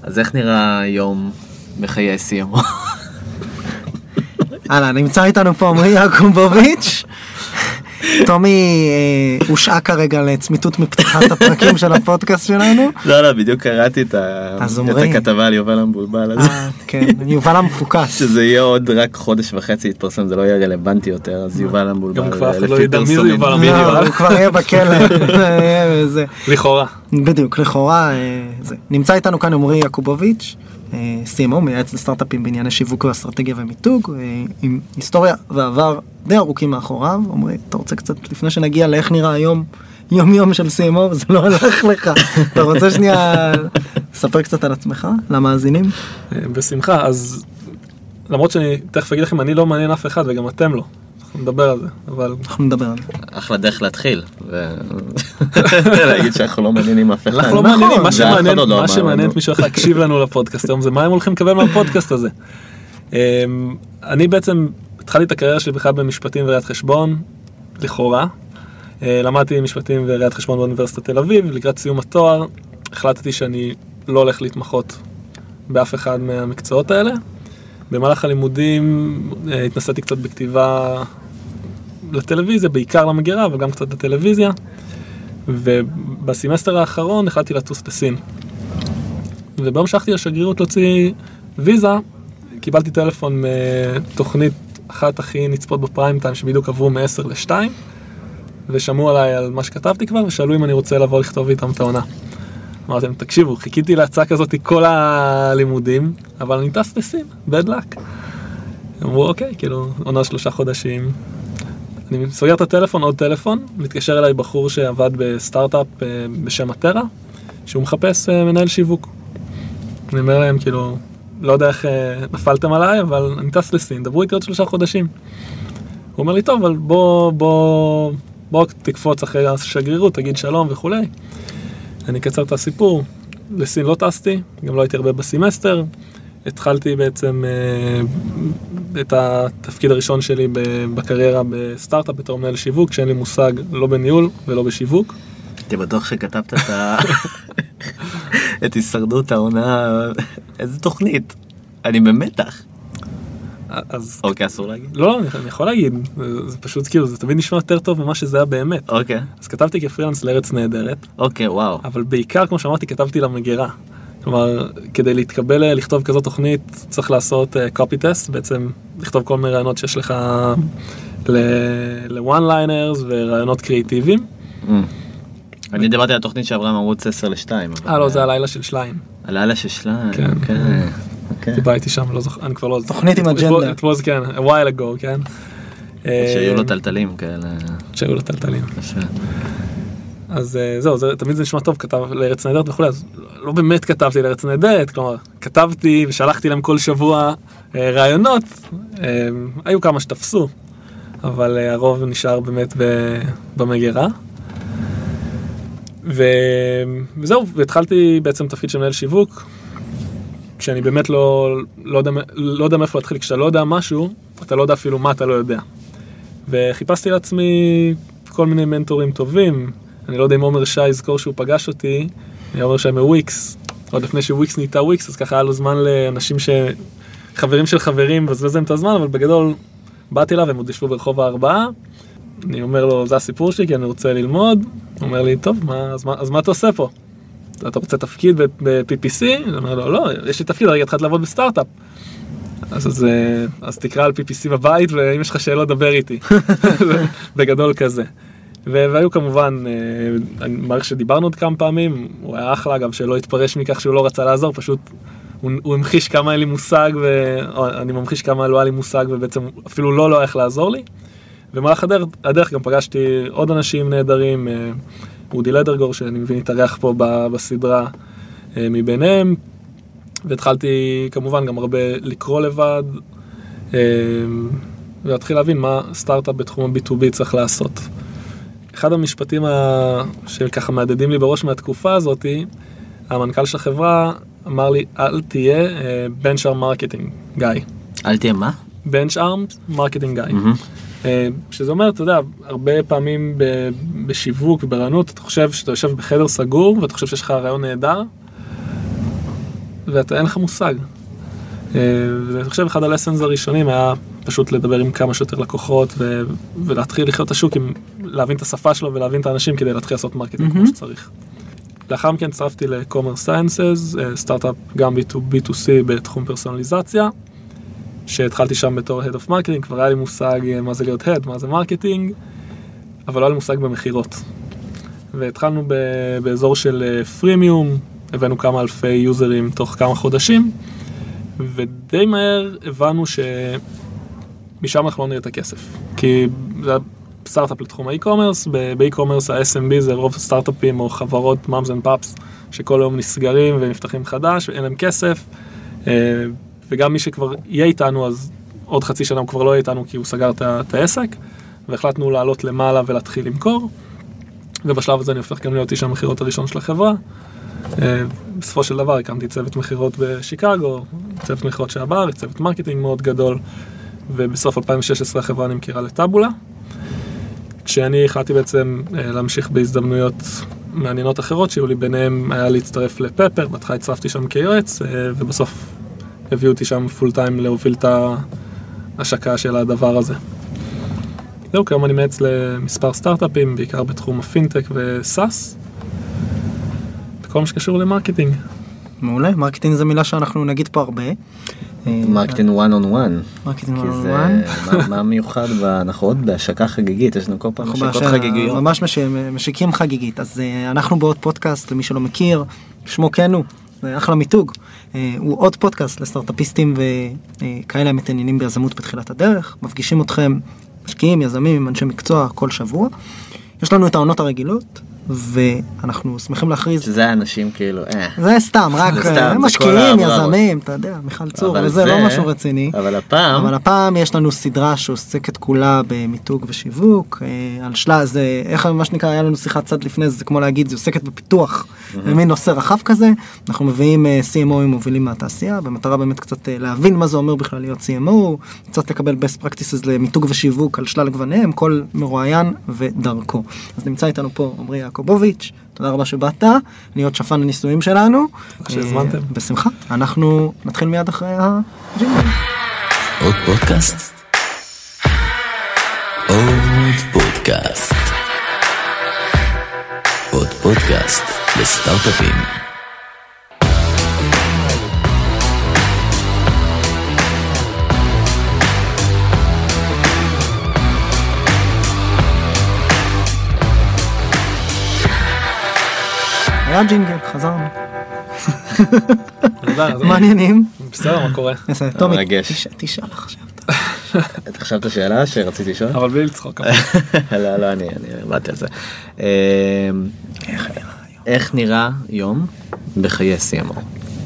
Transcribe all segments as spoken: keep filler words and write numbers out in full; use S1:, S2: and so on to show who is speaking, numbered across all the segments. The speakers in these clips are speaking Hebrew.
S1: אז איך נראה יום בחיי סי אם או?
S2: הלאה, נמצא איתנו פה עמרי יעקובוביץ'. תומי הושעה כרגע לצמיתות מפתיחת הפרקים של הפודקאסט שלנו.
S1: לא, לא, בדיוק קראתי את הכתבה על יובל המבולבל הזה.
S2: כן, יובל המפוקס.
S1: שזה יהיה עוד רק חודש וחצי יתפרסם, זה לא יהיה רלוונטי יותר, אז יובל המבולבל.
S3: גם כבר אף אחד לא ידע מי זה יובל המבולבל.
S2: לא, הוא כבר יהיה בכלא.
S3: לכאורה.
S2: בדיוק, לכאורה. נמצא איתנו כאן עמרי יעקובוביץ', סי אם או, מייעץ לסטארט-אפים בענייני שיווק ואסטרטגיה ומיתוג, עם היסטוריה ועבר די ארוכים מאחוריו. עמרי, אתה רוצה קצת, לפני שנגיע לאיך נראה היום, יום יום של סי אם או, זה לא הולך לך. אתה רוצה שנייה לספר קצת על עצמך, למאזינים?
S3: בשמחה, אז למרות שאני תכף אגיד לכם, אני לא מעניין אף אחד וגם אתם לא. אנחנו נדבר על זה, אבל...
S2: אנחנו נדבר על זה.
S1: אחלה דרך להתחיל, ולהגיד שאנחנו לא מעניינים אף אחד.
S3: אנחנו לא מעניינים, מה שמעניין את מישהו אחר להקשיב לנו לפודקאסט היום, זה מה הם הולכים לקבל מהפודקאסט הזה. אני בעצם התחלתי את הקריירה שלי בכלל במשפטים וראיית חשבון, לכאורה. למדתי משפטים וראיית חשבון באוניברסיטת תל אביב, לקראת סיום התואר, החלטתי שאני לא הולך להתמחות באף אחד מהמקצועות האלה. במהלך הלימודים התנסיתי קצת בכתיבה לטלוויזיה, בעיקר למגירה, אבל גם קצת לטלוויזיה. ובסמסטר האחרון החלטתי לטוס לסין. וביום שהלכתי לשגרירות להוציא ויזה, קיבלתי טלפון מתוכנית אחת הכי נצפות בפריים טיים, שבדיוק עברו מ-עשר לשתיים, ושמעו עליי על מה שכתבתי כבר, ושאלו אם אני רוצה לבוא לכתוב איתם את העונה. אמרתם, תקשיבו, חיכיתי להצעה כזאת כל הלימודים, אבל אני טס לסין, bad luck. אמרו, אוקיי, כאילו, עונה שלושה חודשים. אני סוגר את הטלפון, עוד טלפון, מתקשר אליי בחור שעבד בסטארט-אפ בשם הטרה, שהוא מחפש מנהל שיווק. אני אומר להם, כאילו, לא יודע איך נפלתם עליי, אבל אני טס לסין, דברו איתי עוד שלושה חודשים. הוא אומר לי, טוב, אבל בוא, בוא, בוא תקפוץ אחרי השגרירות, תגיד שלום וכולי. אני אקצר את הסיפור, לסין לא טסתי, גם לא הייתי הרבה בסמסטר, התחלתי בעצם אה, את התפקיד הראשון שלי בקריירה בסטארט-אפ בתור מנהל שיווק, שאין לי מושג לא בניהול ולא בשיווק.
S1: הייתי בטוח שכתבת את, ה... את הישרדות העונה, איזה תוכנית, אני במתח.
S3: אז...
S1: אוקיי, אסור להגיד?
S3: לא, אני יכול להגיד, זה פשוט כאילו, זה תמיד נשמע יותר טוב ממה שזה היה באמת.
S1: אוקיי.
S3: אז כתבתי כפרילנס לארץ נהדרת.
S1: אוקיי, וואו.
S3: אבל בעיקר, כמו שאמרתי, כתבתי למגירה. כלומר, כדי להתקבל לכתוב כזאת תוכנית, צריך לעשות copy test, בעצם לכתוב כל מיני רעיונות שיש לך ל-one-liners ורעיונות קריאיטיביים.
S1: אני דיברתי על התוכנית שעברה מערוץ עשר לשתיים.
S3: אה, לא, זה הלילה של שליים.
S1: הלילה של שליים,
S3: כן. טיפה הייתי שם, אני כבר לא...
S2: תוכנית עם אג'נדה.
S3: it was, כן, a while ago, כן.
S1: שהיו לו טלטלים כאלה.
S3: שהיו לו טלטלים. אז זהו, תמיד זה נשמע טוב, כתב לארץ נהדרת וכו', אז לא באמת כתבתי לארץ נהדרת, כלומר, כתבתי ושלחתי להם כל שבוע רעיונות, היו כמה שתפסו, אבל הרוב נשאר באמת במגירה. וזהו, והתחלתי בעצם תפקיד של מנהל שיווק, כשאני באמת לא, לא יודע, לא יודע מאיפה להתחיל, כשאתה לא יודע משהו, אתה לא יודע אפילו מה אתה לא יודע. וחיפשתי לעצמי כל מיני מנטורים טובים, אני לא יודע אם עומר שי יזכור שהוא פגש אותי, אני עומר שי מוויקס, עוד לפני שוויקס נהייתה וויקס, אז ככה היה לו זמן לאנשים ש... חברים של חברים, ובזבז להם את הזמן, אבל בגדול באתי אליו, הם עוד ישבו ברחוב הארבעה, אני אומר לו, זה הסיפור שלי, כי אני רוצה ללמוד, הוא אומר לי, טוב, מה, אז, מה, אז מה אתה עושה פה? אתה רוצה תפקיד ב-פי פי סי? אני אומר לו, לא, יש לי תפקיד, רגע, התחלת לעבוד בסטארט-אפ. אז, אז, אז תקרא על פי פי סי בבית, ואם יש לך שאלות, דבר איתי. בגדול כזה. והיו כמובן, אני מעריך שדיברנו עוד כמה פעמים, הוא היה אחלה, גם שלא התפרש מכך שהוא לא רצה לעזור, פשוט הוא, הוא המחיש כמה היה לי מושג, ואני ממחיש כמה לא היה לי מושג, ובעצם אפילו לא לא איך לעזור לי. ומהלך הדרך, הדרך גם פגשתי עוד אנשים נהדרים, אודי לדרגור, שאני מבין התארח פה בסדרה מביניהם, והתחלתי כמובן גם הרבה לקרוא לבד, ולהתחיל להבין מה סטארט-אפ בתחום ה-בי טו בי צריך לעשות. אחד המשפטים שככה מעדדים לי בראש מהתקופה הזאת, המנכ"ל של החברה אמר לי, אל תהיה bench arm marketing guy.
S1: אל תהיה מה?
S3: bench arm marketing guy. שזה אומר, אתה יודע, הרבה פעמים בשיווק וברעיונות, אתה חושב שאתה יושב בחדר סגור, ואתה חושב שיש לך רעיון נהדר, ואתה אין לך מושג. ואני חושב, אחד הלסנס הראשונים היה פשוט לדבר עם כמה שיותר לקוחות, ו- ולהתחיל לחיות את השוק, עם להבין את השפה שלו ולהבין את האנשים, כדי להתחיל לעשות מרקטינג כמו שצריך. לאחר מכן הצטרפתי ל-Commerce Sciences, סטארט-אפ גם בי טו סי בתחום פרסונליזציה, שהתחלתי שם בתור Head of Marketing, כבר היה לי מושג מה זה להיות Head, מה זה מרקטינג, אבל לא היה לי מושג במחירות. והתחלנו ב- באזור של פרימיום, הבאנו כמה אלפי יוזרים תוך כמה חודשים, ודי מהר הבנו שמשם אנחנו לא נראה את הכסף. כי זה סטארט-אפ לתחום האי-קומרס, באי-קומרס ה-אס אם בי זה רוב סטארט-אפים או חברות מאמס אנד פאפס, שכל יום נסגרים ונפתחים חדש, ואין להם כסף, וגם מי שכבר יהיה איתנו, אז עוד חצי שנה הוא כבר לא יהיה איתנו, כי הוא סגר את העסק, והחלטנו לעלות למעלה ולהתחיל למכור, ובשלב הזה אני הופך גם להיות איש המחירות הראשון של החברה. בסופו של דבר הקמתי צוות מחירות בשיקגו, צוות מחירות שהיה בארץ, צוות מרקטינג מאוד גדול, ובסוף אלפיים ושש עשרה החברה נמכרה לטאבולה, כשאני החלטתי בעצם להמשיך בהזדמנויות מעניינות אחרות, שהיו לי ביניהם היה להצטרף לפפר, בהתחלה הצטרפתי שם כיועץ, ובסוף הביאו אותי שם פול טיים להוביל את ההשקה של הדבר הזה. זהו, כיום אני מייעץ למספר סטארט-אפים, בעיקר בתחום הפינטק וסאס, כל מה שקשור למרקטינג.
S2: מעולה, מרקטינג זה מילה שאנחנו נגיד פה הרבה.
S1: מרקטינג one on one.
S2: מרקטינג one
S1: כי
S2: on
S1: זה,
S2: one.
S1: מה, מה מיוחד, אנחנו עוד בהשקה חגיגית, יש לנו כל פעם השקות חגיגיות.
S2: ממש משיקים חגיגית, אז אנחנו בעוד פודקאסט, למי שלא מכיר, שמו כנו, זה אחלה מיתוג. הוא עוד פודקאסט לסטארט-אפיסטים וכאלה המתעניינים ביזמות בתחילת הדרך, מפגישים אתכם משקיעים, יזמים, אנשי מקצוע כל שבוע. יש לנו את העונות הרגילות, ואנחנו שמחים להכריז.
S1: שזה האנשים כאילו, אה.
S2: זה סתם, רק משקיעים, יזמים, אתה יודע, מיכל צור, וזה לא משהו רציני.
S1: אבל הפעם...
S2: אבל הפעם יש לנו סדרה שעוסקת כולה במיתוג ושיווק, על שלה, זה, איך מה שנקרא, היה לנו שיחת צד לפני זה, זה כמו להגיד, זה עוסקת בפיתוח, במין נושא רחב כזה. אנחנו מביאים סי אם או מובילים מהתעשייה, במטרה באמת קצת להבין מה זה אומר בכלל להיות סי אם או, קצת לקבל best practices למיתוג ושיווק על שלל גוונים, כל מרואיין ודרכו. אז נמצא איתנו פה עמרי יעקובוביץ', תודה רבה שבאת, אני עוד שפן הניסויים שלנו.
S3: שהזמנתם.
S2: בשמחה. אנחנו נתחיל מיד אחרי הג'ינגל.
S4: עוד פודקאסט? עוד פודקאסט. עוד פודקאסט לסטארט-אפים.
S2: היה ג'ינגל, חזרנו. מעניינים.
S3: בסדר, מה קורה?
S2: טומי, תשאל עכשיו.
S1: את חשבת שאלה שרציתי לשאול?
S3: אבל בלי לצחוק.
S1: לא, לא, אני באתי על זה. איך נראה יום בחיי סי אם או?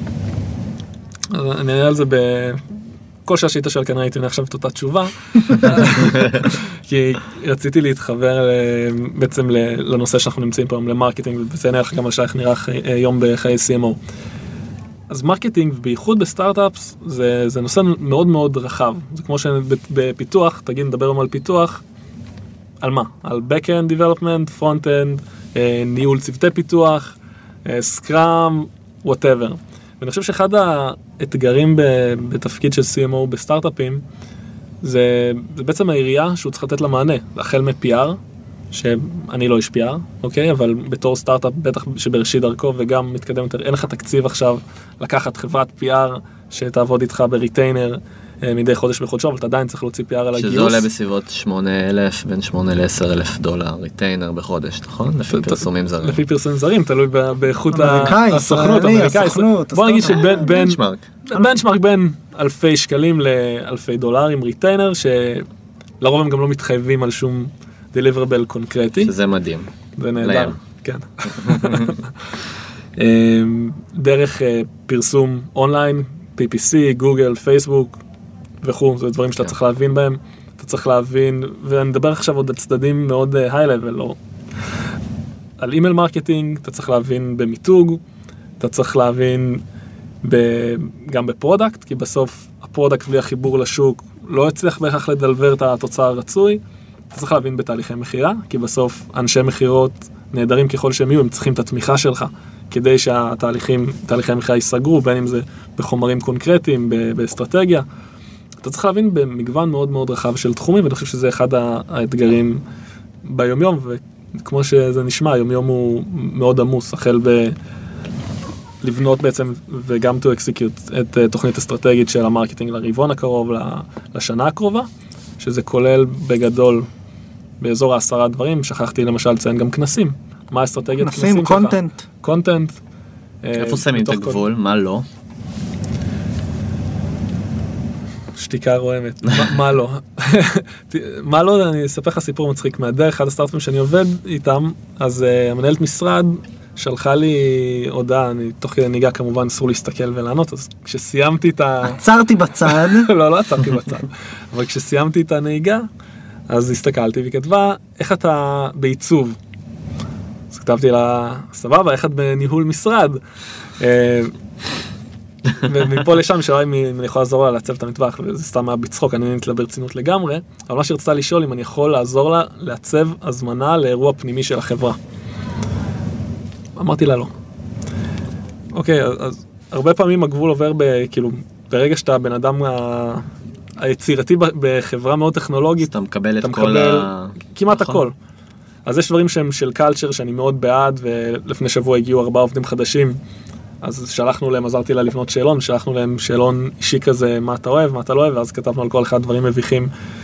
S3: אני אענה על זה בכל שהשאית של כנראה הייתי עכשיו את אותה תשובה, כי רציתי להתחבר בעצם לנושא שאנחנו נמצאים פה היום, למרקטינג, וזה נראה לך גם על שאיך נראה יום בחיי סי אם או. אז מרקטינג, בייחוד בסטארט-אפס, זה, זה נושא מאוד מאוד רחב. זה כמו שבפיתוח, תגיד, נדבר היום על פיתוח, על מה? על Back-end Development, Front-end, ניהול צוותי פיתוח, סקראם, whatever. ואני חושב שאחד האתגרים בתפקיד של סי אם או בסטארט-אפים, זה, זה בעצם העירייה שהוא צריך לתת לה מענה, החל מ-פי אר, שאני לא איש פי אר, אוקיי? אבל בתור סטארט-אפ, בטח שבראשית דרכו וגם מתקדם יותר, אין לך תקציב עכשיו לקחת חברת פי אר שתעבוד איתך בריטיינר מדי חודש בחודשו, אבל אתה עדיין צריך להוציא פי אר על הגיוס.
S1: שזה עולה בסביבות שמונה אלף, בין שמונה לעשר אלף דולר, ריטיינר בחודש, נכון? לפי פרסומים זרים.
S3: לפי פרסומים זרים, תלוי באיכות
S2: אמריקאי,
S3: הסוכנות,
S2: ישראלי, הסוכנות.
S3: בוא נגיד שבין...
S1: בנצ'מרק.
S3: בנצ'מרק בין אלפי שקלים לאלפי דולרים, ריטיינר, שלרוב הם גם לא מתחייבים על שום דליברבל קונקרטי.
S1: שזה מדהים.
S3: זה נהדר, כן. דרך פרסום אונליין, פי פי סי, גוגל, פייסבוק וכו', זה דברים שאתה צריך להבין בהם. אתה צריך להבין, ואני מדבר עכשיו עוד על צדדים מאוד היי-לבל, לא. על אימייל מרקטינג, אתה צריך להבין במיתוג, אתה צריך להבין גם בפרודקט, כי בסוף הפרודקט בלי החיבור לשוק לא הצליח בהכרח לדלבר את התוצאה הרצוי. אתה צריך להבין בתהליכי מחירה, כי בסוף אנשי מחירות נהדרים ככל שהם יהיו, הם צריכים את התמיכה שלך כדי שהתהליכים, תהליכי המחיה ייסגרו, בין אם זה בחומרים קונקרטיים, באסטרטגיה. אתה צריך להבין במגוון מאוד מאוד רחב של תחומים, ואני חושב שזה אחד האתגרים ביומיום, וכמו שזה נשמע, היומיום הוא מאוד עמוס, החל ב... לבנות בעצם, וגם to execute את תוכנית אסטרטגית של המרקטינג לרבעון הקרוב, לשנה הקרובה, שזה כולל בגדול באזור העשרה דברים, שכחתי למשל לציין גם כנסים. מה האסטרטגיית כנסים שלך?
S2: כנסים, קונטנט.
S3: קונטנט.
S1: איפה שמים את הגבול? מה לא?
S3: שתיקה רועמת. מה לא? מה לא? אני אספר לך סיפור מצחיק מהדרך, אחד הסטארט-אפים שאני עובד איתם, אז המנהלת משרד שלחה לי הודעה, אני תוך כדי נהיגה כמובן אסור להסתכל ולענות, אז כשסיימתי את ה...
S2: עצרתי בצד.
S3: לא, לא עצרתי בצד. אבל כשסיימתי את הנהיגה, אז הסתכלתי וכתבה, איך אתה בעיצוב? אז כתבתי לה, סבבה, איך את בניהול משרד? ומפה לשם שאולי אם אני יכול לעזור לה לעצב את המטבח, וזה סתם היה בצחוק, אני נהנית לה ברצינות לגמרי, אבל מה שרצתה לשאול אם אני יכול לעזור לה לעצב הזמנה לאירוע פנימי של החברה. אמרתי לה לא. אוקיי, אז הרבה פעמים הגבול עובר כאילו, ברגע שאתה בן אדם היצירתי בחברה מאוד טכנולוגית,
S1: אתה מקבל את כל ה...
S3: כמעט הכל. אז יש דברים שהם של קלצ'ר שאני מאוד בעד, ולפני שבוע הגיעו ארבעה עובדים חדשים, אז שלחנו להם, עזרתי לה לבנות שאלון, שלחנו להם שאלון אישי כזה, מה אתה אוהב, מה אתה לא אוהב, ואז כתבנו על כל אחד דברים מביכים,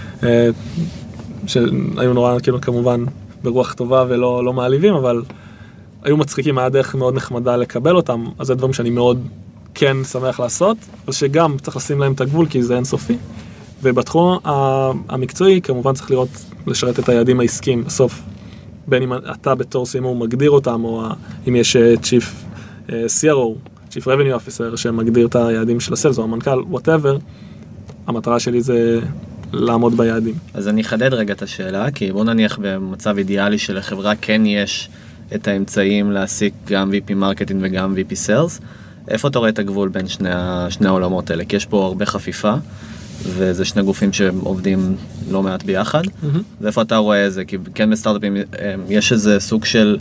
S3: שהיו נורא, כאילו, כמובן, ברוח טובה ולא לא מעליבים, אבל היו מצחיקים, היה דרך מאוד נחמדה לקבל אותם, אז זה דברים שאני מאוד כן שמח לעשות, אז שגם צריך לשים להם את הגבול, כי זה אינסופי, ובתחום המקצועי, כמובן צריך לראות, לשרת את היעדים העסקיים, בסוף, בין אם אתה בתור סי אם או מגדיר אותם, או אם יש Chief סי אר או, Chief Revenue Officer, שמגדיר את היעדים של הסלס, או המנכ"ל, whatever, המטרה שלי זה לעמוד ביעדים.
S1: אז אני אחדד רגע את השאלה, כי בוא נניח במצב אידיאלי שלחברה כן יש את האמצעים להשיג גם וי פי מרקטינג וגם וי פי סלס, איפה אתה רואה את הגבול בין שני, שני העולמות האלה? כי יש פה הרבה חפיפה, וזה שני גופים שעובדים לא מעט ביחד, mm-hmm. ואיפה אתה רואה את זה? כי כן בסטארט-אפים יש איזה סוג של,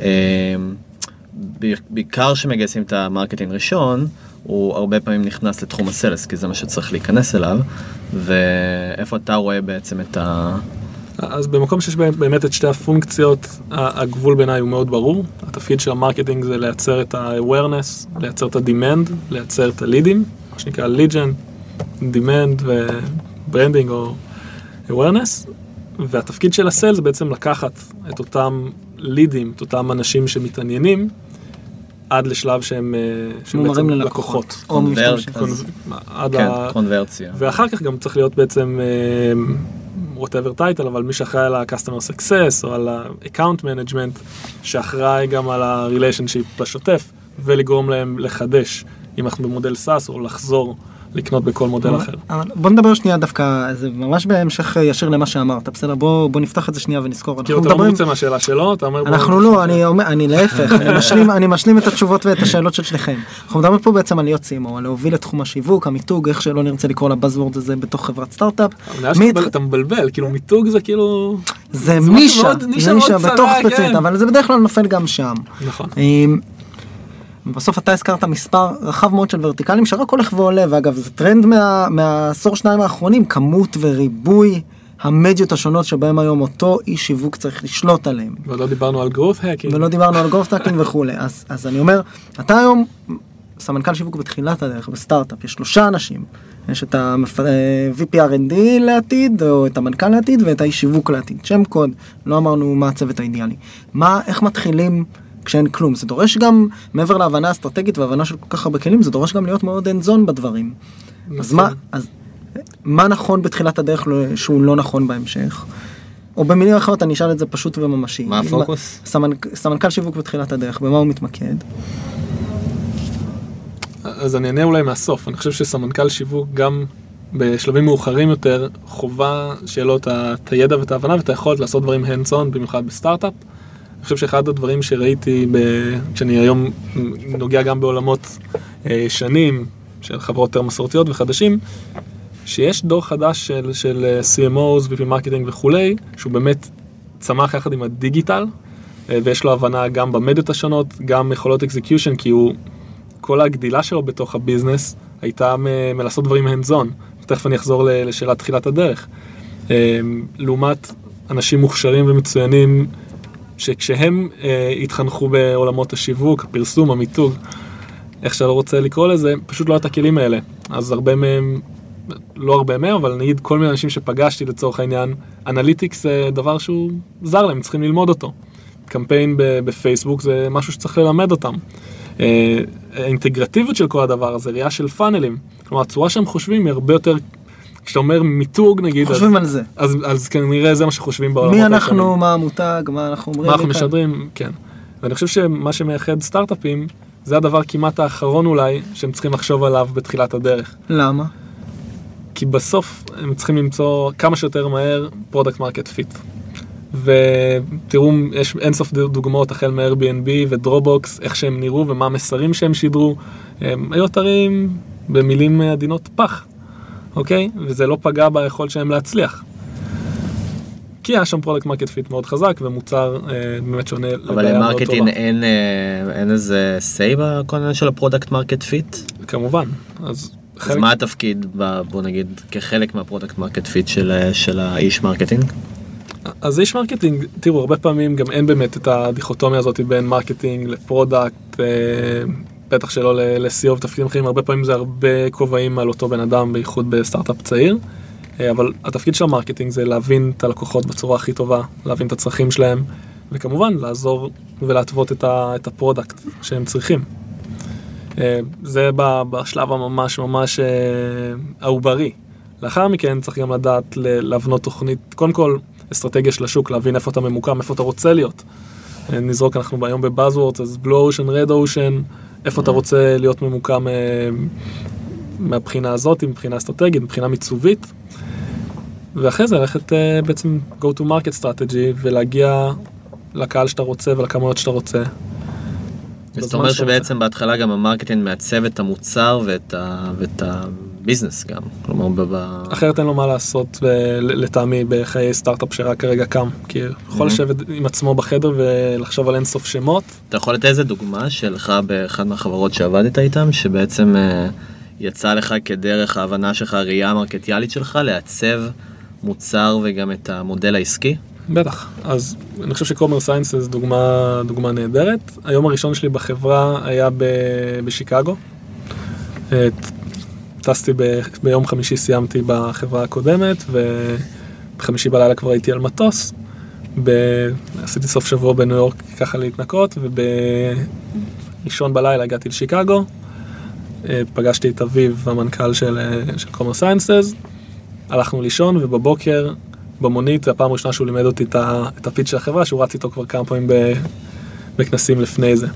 S1: בעיקר שמגייסים את המרקטינג ראשון, הוא הרבה פעמים נכנס לתחום הסלס, כי זה מה שצריך להיכנס אליו, ואיפה אתה רואה בעצם את ה...
S3: אז במקום שיש באמת את שתי הפונקציות, הגבול בעיניי הוא מאוד ברור. התפקיד של המרקטינג זה לייצר את ה-awareness, לייצר את ה-demand, לייצר את ה-leading, מה שנקרא lead, demand ו-branding או awareness, והתפקיד של הסל זה בעצם לקחת את אותם לידים, את אותם אנשים שמתעניינים, עד לשלב שהם
S2: בעצם לקוחות.
S1: קונברציה.
S3: ואחר כך גם צריך להיות בעצם whatever title, אבל מי שאחראי על ה-customer success או על ה-account management, שאחראי גם על ה-relationship בשוטף, ולגרום להם לחדש, אם אנחנו במודל סאס, או לחזור לקנות בכל מודל אחר.
S2: בוא נדבר שנייה דווקא, זה ממש בהמשך ישיר למה שאמרת, בסדר? בוא, בוא נפתח את זה שנייה ונזכור.
S3: כאילו אתה לא מוצא מהשאלה שלו, אתה אומר...
S2: אנחנו לא, אני אומר, אני להפך, אני משלים, אני משלים את התשובות ואת השאלות של שניכם. אנחנו מדברים פה בעצם על להיות סי אם או, על להוביל את תחום השיווק, המיתוג, איך שלא נרצה לקרוא לבאזוורד הזה בתוך חברת סטארט-אפ.
S3: אתה מבלבל, כאילו מיתוג זה כאילו...
S2: זה נישה, זה נישה בתוך ספציפית, אבל זה בדרך כלל נופל גם שם.
S3: נכון.
S2: בסוף אתה הזכרת מספר רחב מאוד של ורטיקלים שרק הולך ועולה, ואגב זה טרנד מה, מהעשור שניים האחרונים, כמות וריבוי המדיות השונות שבהם היום אותו אי שיווק צריך לשלוט עליהם.
S3: ולא דיברנו על growth hacking.
S2: ולא דיברנו על growth hacking וכו'. אז, אז אני אומר, אתה היום סמנכ"ל שיווק בתחילת הדרך בסטארט-אפ, יש שלושה אנשים, יש את ה-וי פי אר אנד די לעתיד, או את המנכ"ל לעתיד, ואת האי שיווק לעתיד. שם קוד, לא אמרנו מה הצוות האידיאלי. מה, איך מתחילים כשאין כלום? זה דורש גם, מעבר להבנה אסטרטגית והבנה של כל כך הרבה כלים, זה דורש גם להיות מאוד אנזון בדברים. אז מה, אז מה נכון בתחילת הדרך שהוא לא נכון בהמשך? או במילים אחרות אני אשאל את זה פשוט וממשי.
S1: מה הפוקוס?
S2: סמנכ"ל שיווק בתחילת הדרך, במה הוא מתמקד?
S3: אז אני אענה אולי מהסוף. אני חושב שסמנכ"ל שיווק גם בשלבים מאוחרים יותר חובה שאלות את הידע ואת ההבנה ואת היכולת לעשות דברים hands-on, במיוחד בסטארט-אפ. אני חושב שאחד הדברים שראיתי, כשאני היום נוגע גם בעולמות שנים, של חברות יותר מסורתיות וחדשים, שיש דור חדש של, של סי אם או's, וי פי מרקטינג וכולי, שהוא באמת צמח יחד עם הדיגיטל, ויש לו הבנה גם במדיות השונות, גם יכולות אקזקיושן, כי הוא, כל הגדילה שלו בתוך הביזנס הייתה מ- מלעשות דברים hands-on. תכף אני אחזור לשאלת תחילת הדרך. לעומת אנשים מוכשרים ומצוינים, שכשהם התחנכו בעולמות השיווק, הפרסום, המיתוג, איך שאתה לא רוצה לקרוא לזה, פשוט לא את הכלים האלה. אז הרבה מהם, לא הרבה מהם, אבל נגיד כל מיני אנשים שפגשתי לצורך העניין, אנליטיקס זה דבר שהוא זר להם, צריכים ללמוד אותו. קמפיין בפייסבוק זה משהו שצריך ללמד אותם. האינטגרטיביות של כל הדבר הזה, ראייה של פאנלים. כלומר, הצורה שהם חושבים היא הרבה יותר, כשאתה אומר מיתוג נגיד,
S2: חושבים
S3: אז,
S2: על זה.
S3: אז, אז כנראה זה מה שחושבים בעולמות.
S2: מי אנחנו, השנים. מה המותג, מה אנחנו אומרים.
S3: מה אנחנו משדרים, כן. ואני חושב שמה שמייחד סטארט-אפים, זה הדבר כמעט האחרון אולי, שהם צריכים לחשוב עליו בתחילת הדרך.
S2: למה?
S3: כי בסוף הם צריכים למצוא כמה שיותר מהר פרודקט מרקט פיט. ותראו, יש אינסוף דוגמאות החל מ-Airbnb ודרובוקס, איך שהם נראו ומה המסרים שהם שידרו. הם היו אתרים במילים עדינות פח, אוקיי? וזה לא פגע ביכולת שלהם להצליח. כי היה שם פרודקט מרקט פיט מאוד חזק, ומוצר אה, באמת שונה לבעיה מאוד טובה.
S1: אבל למרקטינג אין, אה, אין איזה say בקונן של הפרודקט מרקט פיט?
S3: כמובן. אז,
S1: אז
S3: חלק...
S1: מה התפקיד, בוא נגיד, כחלק מהפרודקט מרקט פיט של, של האיש מרקטינג?
S3: אז איש מרקטינג, תראו, הרבה פעמים גם אין באמת את הדיכוטומיה הזאת בין מרקטינג לפרודקט, אה, בטח שלא ל-סי או ותפקידים אחרים, הרבה פעמים זה הרבה כובעים על אותו בן אדם, בייחוד בסטארט-אפ צעיר. אבל התפקיד של המרקטינג זה להבין את הלקוחות בצורה הכי טובה, להבין את הצרכים שלהם, וכמובן לעזור ולהטוות את, ה, את הפרודקט שהם צריכים. זה בשלב הממש ממש העוברי. לאחר מכן צריך גם לדעת להבנות תוכנית, קודם כל אסטרטגיה של השוק, להבין איפה אתה ממוקם, איפה אתה רוצה להיות. נזרוק, אנחנו היום בבאזוורדס, אז בלו אושן, רד אושן, איפה אתה רוצה להיות ממוקם מהבחינה הזאת, מבחינה אסטרטגית, מבחינה מיצובית. ואחרי זה ללכת uh, בעצם go to market strategy ולהגיע לקהל שאתה רוצה ולכמויות שאתה רוצה.
S1: זאת אומרת שבעצם רוצה. בהתחלה גם המרקטינג מעצב את המוצר ואת, ה... ואת הביזנס גם. כלומר, בב...
S3: אחרת אין לו מה לעשות ב... לטעמי בחיי סטארט-אפ שרק כרגע קם. כי יכול mm-hmm. לשבת עם עצמו בחדר ולחשוב על אינסוף שמות.
S1: אתה יכול לתת איזה דוגמה שלך באחד מהחברות שעבדת איתם, שבעצם uh, יצא לך כדרך ההבנה שלך, הראייה המרקטיאלית שלך, לעצב מוצר וגם את המודל העסקי?
S3: בטח. אז אני חושב שקומר סיינס זה דוגמה, דוגמה נהדרת. היום הראשון שלי בחברה היה ב, בשיקגו. טסתי ב, ביום חמישי, סיימתי בחברה הקודמת, ובחמישי בלילה כבר הייתי על מטוס. ב, עשיתי סוף שבוע בניו יורק ככה להתנקות, ובראשון בלילה הגעתי לשיקגו. פגשתי את אביב, המנכ"ל של, של קומר סיינסס. הלכנו לישון, ובבוקר, במונית, זה הפעם הראשונה שהוא לימד אותי את הפיץ של החברה, שהוא רץ איתו כבר כמה פעמים בכנסים לפני זה.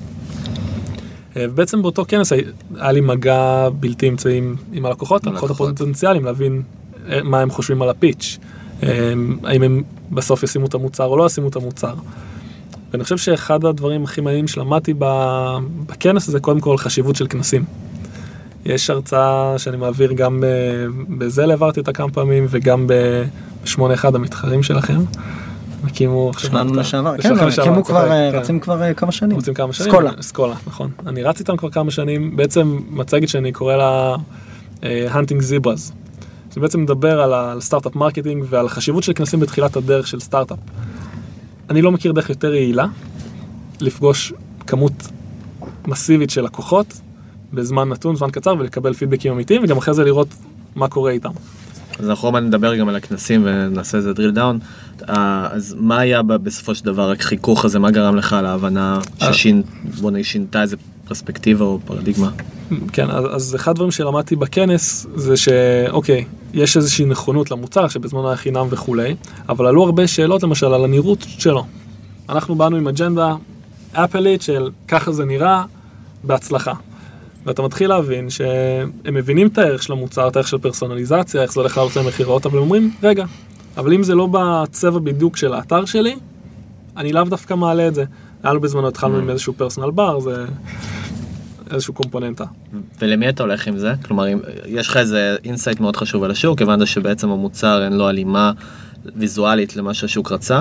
S3: ובעצם באותו כנס היה לי מגע בלתי אמצעי עם הלקוחות, הלקוחות הפוטנציאליים, להבין מה הם חושבים על הפיץ. האם הם בסוף ישימו את המוצר או לא ישימו את המוצר. ואני חושב שאחד הדברים הכי מעניינים שלמדתי בכנס הזה, קודם כל חשיבות של כנסים. יש הרצאה שאני מעביר גם בזה, העברתי אותה כמה פעמים, וגם ב-שמונה אחד המתחרים שלכם. הקימו...
S2: שלנו לשעבר, כן, הקימו כבר, רצים כבר כמה שנים.
S3: רצים כמה שנים.
S2: סקולה.
S3: סקולה, נכון. אני רץ איתם כבר כמה שנים, בעצם מצגת שאני קורא לה Hunting Zebras. זה בעצם מדבר על סטארט-אפ מרקטינג ועל חשיבות של כנסים בתחילת הדרך של סטארט-אפ. אני לא מכיר דרך יותר יעילה לפגוש כמות מסיבית של לקוחות, בזמן נתון, זמן קצר, ולקבל פידבקים אמיתיים, וגם אחרי זה לראות מה קורה איתם.
S1: אז אנחנו נדבר גם על הכנסים, ונעשה איזה drill down. אז מה היה בסופו של דבר, החיכוך הזה, מה גרם לך להבנה ששינתה איזה פרספקטיבה או פרדיגמה?
S3: כן, אז אחד הדברים שלמדתי בכנס, זה שאוקיי, יש איזושהי נכונות למוצר, שבזמן היה חינם וכולי, אבל עלו הרבה שאלות, למשל, על הנראות שלו. אנחנו באנו עם אג'נדה אפלית של ככה זה נראה, בהצלחה. ואתה מתחיל להבין שהם מבינים את הערך של המוצר, את הערך של פרסונליזציה, איך זה הולך לעלות להם מחירות, אבל הם אומרים, רגע, אבל אם זה לא בצבע בדיוק של האתר שלי, אני לאו דווקא מעלה את זה. היה לו בזמנו, התחלנו עם איזשהו פרסונל בר, זה איזשהו קומפוננטה.
S1: ולמי אתה הולך עם זה? כלומר, יש לך איזה אינסייט מאוד חשוב על השוק, הבנת שבעצם המוצר אין לו הלימה ויזואלית למה שהשוק רצה.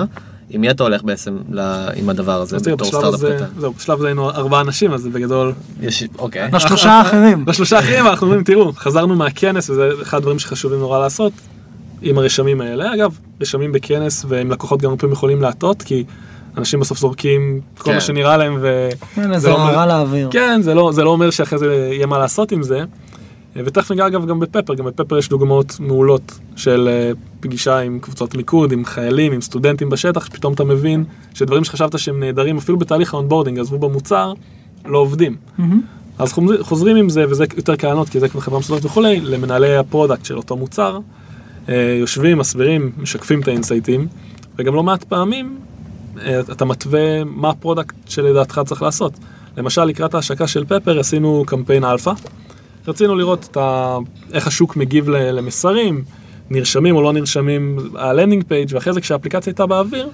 S1: עם מי אתה הולך בעצם עם הדבר הזה בתור סטארט-אפ קטן?
S3: זהו, בשלב הזה היינו ארבעה אנשים, אז זה בגדול...
S1: יש, אוקיי.
S2: לשלושה האחרים.
S3: לשלושה האחרים, אנחנו אומרים, תראו, חזרנו מהכנס, וזה אחד הדברים שחשובים נורא לעשות, עם הרשמים האלה. אגב, רשמים בכנס, ועם לקוחות גם פעמים יכולים להטות, כי אנשים בסוף זורקים כל מה שנראה להם, ו...
S2: כן, זה הערה לאוויר.
S3: כן, זה לא אומר שאחרי זה יהיה מה לעשות עם זה. ותכף ניגע אגב גם בפפר, גם בפפר יש דוגמאות מעולות של פגישה עם קבוצות מיקוד, עם חיילים, עם סטודנטים בשטח, שפתאום אתה מבין שדברים שחשבת שהם נהדרים, אפילו בתהליך האונבורדינג, עזבו במוצר, לא עובדים. Mm-hmm. אז חוזרים עם זה, וזה יותר קרנות, כי זה כבר חברה מסודרת וכולי, למנהלי הפרודקט של אותו מוצר, יושבים, מסבירים, משקפים את האינסייטים, וגם לא מעט פעמים אתה מתווה מה הפרודקט שלדעתך צריך לעשות. למשל, לקראת ההשקה של פפר, עשינו קמפיין אלפא, רצינו לראות את ה... איך השוק מגיב למסרים, נרשמים או לא נרשמים הלנדינג פייג', ואחרי זה כשהאפליקציה הייתה באוויר,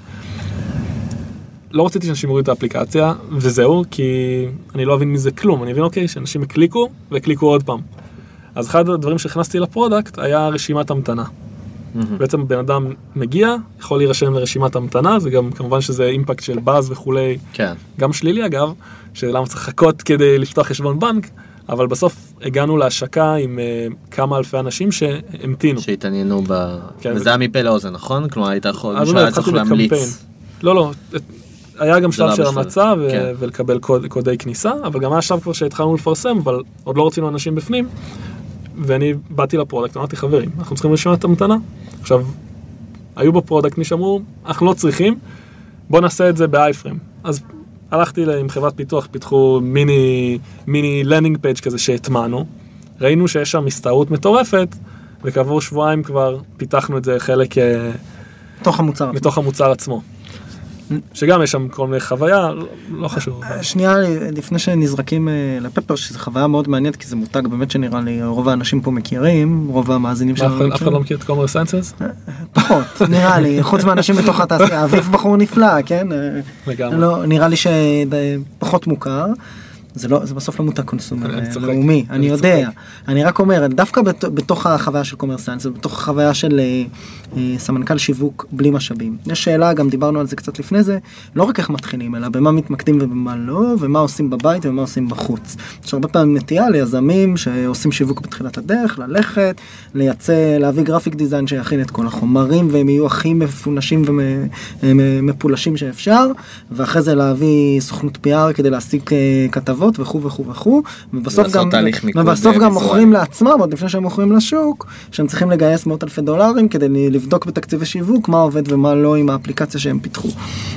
S3: לא רציתי שאנשים יורידו את האפליקציה, וזהו, כי אני לא אבין מזה כלום. אני מבין, אוקיי, שאנשים הקליקו, והקליקו עוד פעם. אז אחד הדברים שהכנסתי לפרודקט היה רשימת המתנה. Mm-hmm. בעצם בן אדם מגיע, יכול להירשם לרשימת המתנה, זה גם כמובן שזה אימפקט של באז וכולי, כן. גם שלילי אגב, שלמה צריך לחכות כדי לפתוח חשבון בנק, אבל בסוף הגענו להשקה עם uh, כמה אלפי אנשים שהמתינו.
S1: שהתעניינו ב...
S3: כן,
S1: וזה היה מפה לאוזן, נכון? כלומר, היית יכול...
S3: מישהו היה צריך להמליץ. לא, לא. היה גם שלב של המלצה ו- כן. ולקבל קוד, קודי כניסה, אבל גם היה שלב כבר שהתחלנו לפרסם, אבל עוד לא רצינו אנשים בפנים, ואני באתי לפרודקט, אמרתי, חברים, אנחנו צריכים רשימת המתנה. עכשיו, היו בפרודקט מי שאמרו, אנחנו לא צריכים, בוא נעשה את זה באייפריים. אז הלכתי עם חברת פיתוח, פיתחו מיני, מיני לנדינג פייג' כזה שהטמענו, ראינו שיש שם הסתערות מטורפת, וכעבור שבועיים כבר פיתחנו את זה חלק...
S2: מתוך המוצר.
S3: מתוך המוצר עצמו. שגם יש שם כל מיני חוויה, לא חשוב.
S2: שנייה, לפני שנזרקים לפפר, שזו חוויה מאוד מעניינת, כי זה מותג באמת שנראה לי, רוב האנשים פה מכירים, רוב המאזינים שלנו מכירים.
S3: אף אחד לא מכיר את קומר סיינסס?
S2: פחות, נראה לי, חוץ מהאנשים בתוך התעשייה, אביב בחור נפלא, כן? לגמרי. נראה לי שפחות מוכר. זה לא, זה בסוף לא מותג קונסומר לאומי, אני יודע. אני רק אומר, דווקא בתוך החוויה של קומר סיינס, בתוך החוויה של סמנכ"ל שיווק בלי משאבים. יש שאלה, גם דיברנו על זה קצת לפני זה, לא רק איך מתחילים, אלא במה מתמקדים ובמה לא, ומה עושים בבית ומה עושים בחוץ. יש הרבה פעמים נטייה ליזמים שעושים שיווק בתחילת הדרך, ללכת, לייצא, להביא גרפיק דיזיין שיכין את כל החומרים, והם יהיו הכי מפונשים ומפולשים שאפשר, ואחרי זה להביא סוכנות פי אר כדי להשיג כתבות, וכו' וכו' וכו', ובסוף גם, ובסוף גם מוכרים לעצמם, עוד לפני שהם מוכרים לשוק, שהם צריכים לגייס מאות אלפי דולרים, כדי לבדוק בתקציב השיווק, מה עובד ומה לא עם האפליקציה שהם פיתחו.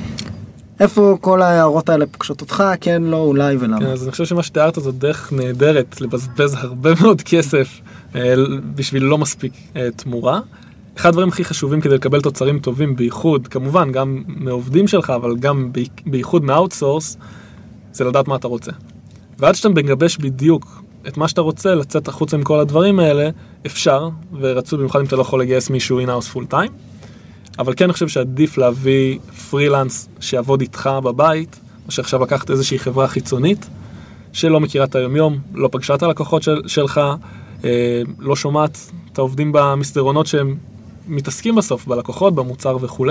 S2: איפה כל ההערות האלה פוגשות אותך, כן, לא, אולי ולמה?
S3: כן, אז אני חושב שמה שתיארת זאת דרך נהדרת, לבזבז הרבה מאוד כסף, בשביל לא מספיק תמורה. אחד הדברים הכי חשובים כדי לקבל תוצרים טובים, בייחוד, כמובן, גם מעובדים שלך, אבל גם בייחוד מאוטסורס, זה לדעת מה אתה רוצה. ועד שאתה מגבש בדיוק את מה שאתה רוצה, לצאת החוצה עם כל הדברים האלה, אפשר, ורצו במיוחד אם אתה לא יכול לגייס מישהו אין-האוס פול טיים, אבל כן אני חושב שעדיף להביא פרילנס שיעבוד איתך בבית, או שעכשיו לקחת איזושהי חברה חיצונית, שלא מכירה את היומיום, לא פגשה את הלקוחות של, שלך, אה, לא שומעת את העובדים במסדרונות שהם מתעסקים בסוף, בלקוחות, במוצר וכו'.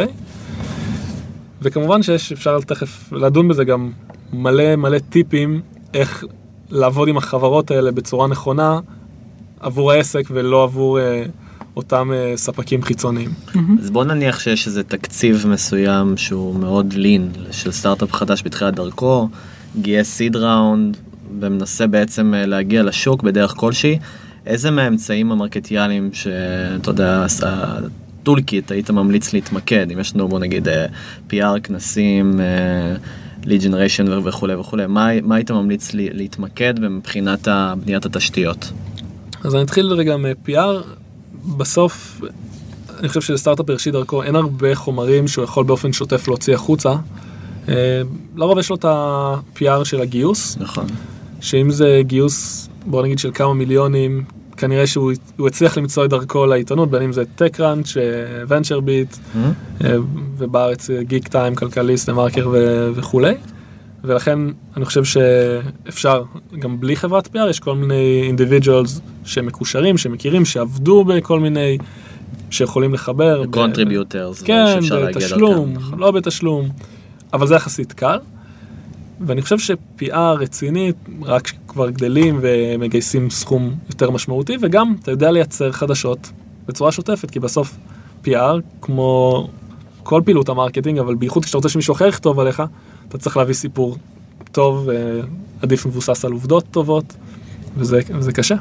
S3: וכמובן שיש, אפשר תכף לדון בזה גם מלא מלא טיפים איך לעבוד עם החברות האלה בצורה נכונה עבור העסק ולא עבור אה, אותם אה, ספקים חיצוניים.
S1: אז בוא נניח שיש איזה תקציב מסוים שהוא מאוד לין של סטארט-אפ חדש בתחילת דרכו, גייס סיד ראונד ומנסה בעצם להגיע לשוק בדרך כלשהי. איזה מהאמצעים המרקטיאליים שאתה יודע, הטולקיט היית ממליץ להתמקד, אם יש לנו בוא נגיד פי אר, כנסים, lead generation וכו' וכו', מה, מה היית ממליץ להתמקד מבחינת בניית התשתיות?
S3: אז אני אתחיל רגע מ-פי אר, בסוף אני חושב שלסטארט-אפ בראשית דרכו אין הרבה חומרים שהוא יכול באופן שוטף להוציא החוצה, לרוב יש לו את ה-פי אר של הגיוס, נכון. שאם זה גיוס בוא נגיד של כמה מיליונים, כנראה שהוא הצליח למצוא את דרכו לעיתונות, בין אם זה TechCrunch, VentureBeat, mm-hmm. ובארץ גיק טיים, כלכליסט, למרקר וכו'. ולכן אני חושב שאפשר, גם בלי חברת פי אר, יש כל מיני individuals שמקושרים, שמכירים, שעבדו בכל מיני שיכולים לחבר.
S1: קונטריביוטרס.
S3: כן, בתשלום, לא בתשלום, אבל זה יחסית קל. ואני חושב ש-פי אר רצינית, רק כבר גדלים ומגייסים סכום יותר משמעותי, וגם אתה יודע לייצר חדשות בצורה שוטפת, כי בסוף פי אר, כמו כל פעילות המרקטינג, אבל בייחוד כשאתה רוצה שמישהו אחר יכתוב עליך, אתה צריך להביא סיפור טוב, עדיף מבוסס על עובדות טובות, וזה, וזה קשה.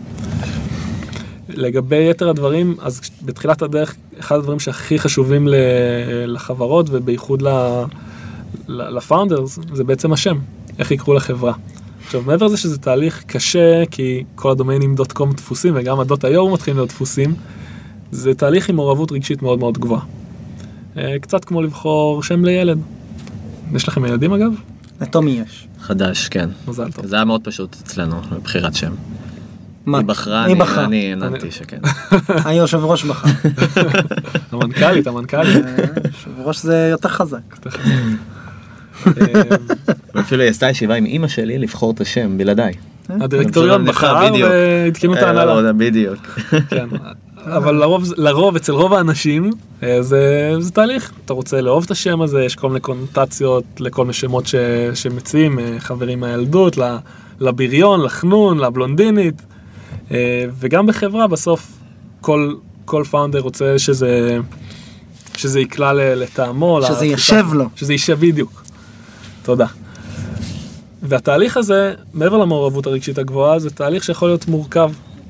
S3: לגבי יתר הדברים, אז בתחילת הדרך, אחד הדברים שהכי חשובים לחברות, ובייחוד לפאונדרס, זה בעצם השם, איך יקראו לחברה. עכשיו, מעבר לזה שזה תהליך קשה, כי כל הדומיינים דוט קום דפוסים, וגם הדוט איו מתחילים להיות דפוסים, זה תהליך עם מעורבות רגשית מאוד מאוד גבוהה. קצת כמו לבחור שם לילד. יש לכם ילדים אגב?
S2: לטומי יש.
S1: חדש, כן.
S3: מזל טוב.
S1: זה היה מאוד פשוט אצלנו, בבחירת שם.
S2: מה?
S1: היא בחרה,
S2: היא בחרה.
S1: אני עננתי שכן.
S2: היושב ראש בחר.
S3: המנכ"לית, המנכ"לית.
S2: יושב ראש זה יותר חזק.
S1: ואפילו היא עשתה ישיבה עם אמא שלי לבחור את השם בלעדיי.
S3: הדירקטוריון בחר והתקינו את ההנהלה.
S1: בדיוק.
S3: כן. אבל לרוב, לרוב, אצל רוב האנשים, זה, זה תהליך. אתה רוצה לאהוב את השם הזה, יש כל מיני קונוטציות לכל מיני שמות ש, שמציעים, חברים מהילדות, לבריון, לחנון, לבלונדינית, וגם בחברה בסוף כל, כל פאונדר רוצה שזה, שזה יקלה לטעמו.
S2: שזה ישב לו.
S3: שזה ישב בדיוק. תודה. והתהליך הזה, מעבר למעורבות הרגשית הגבוהה, זה תהליך שיכול להיות מורכב.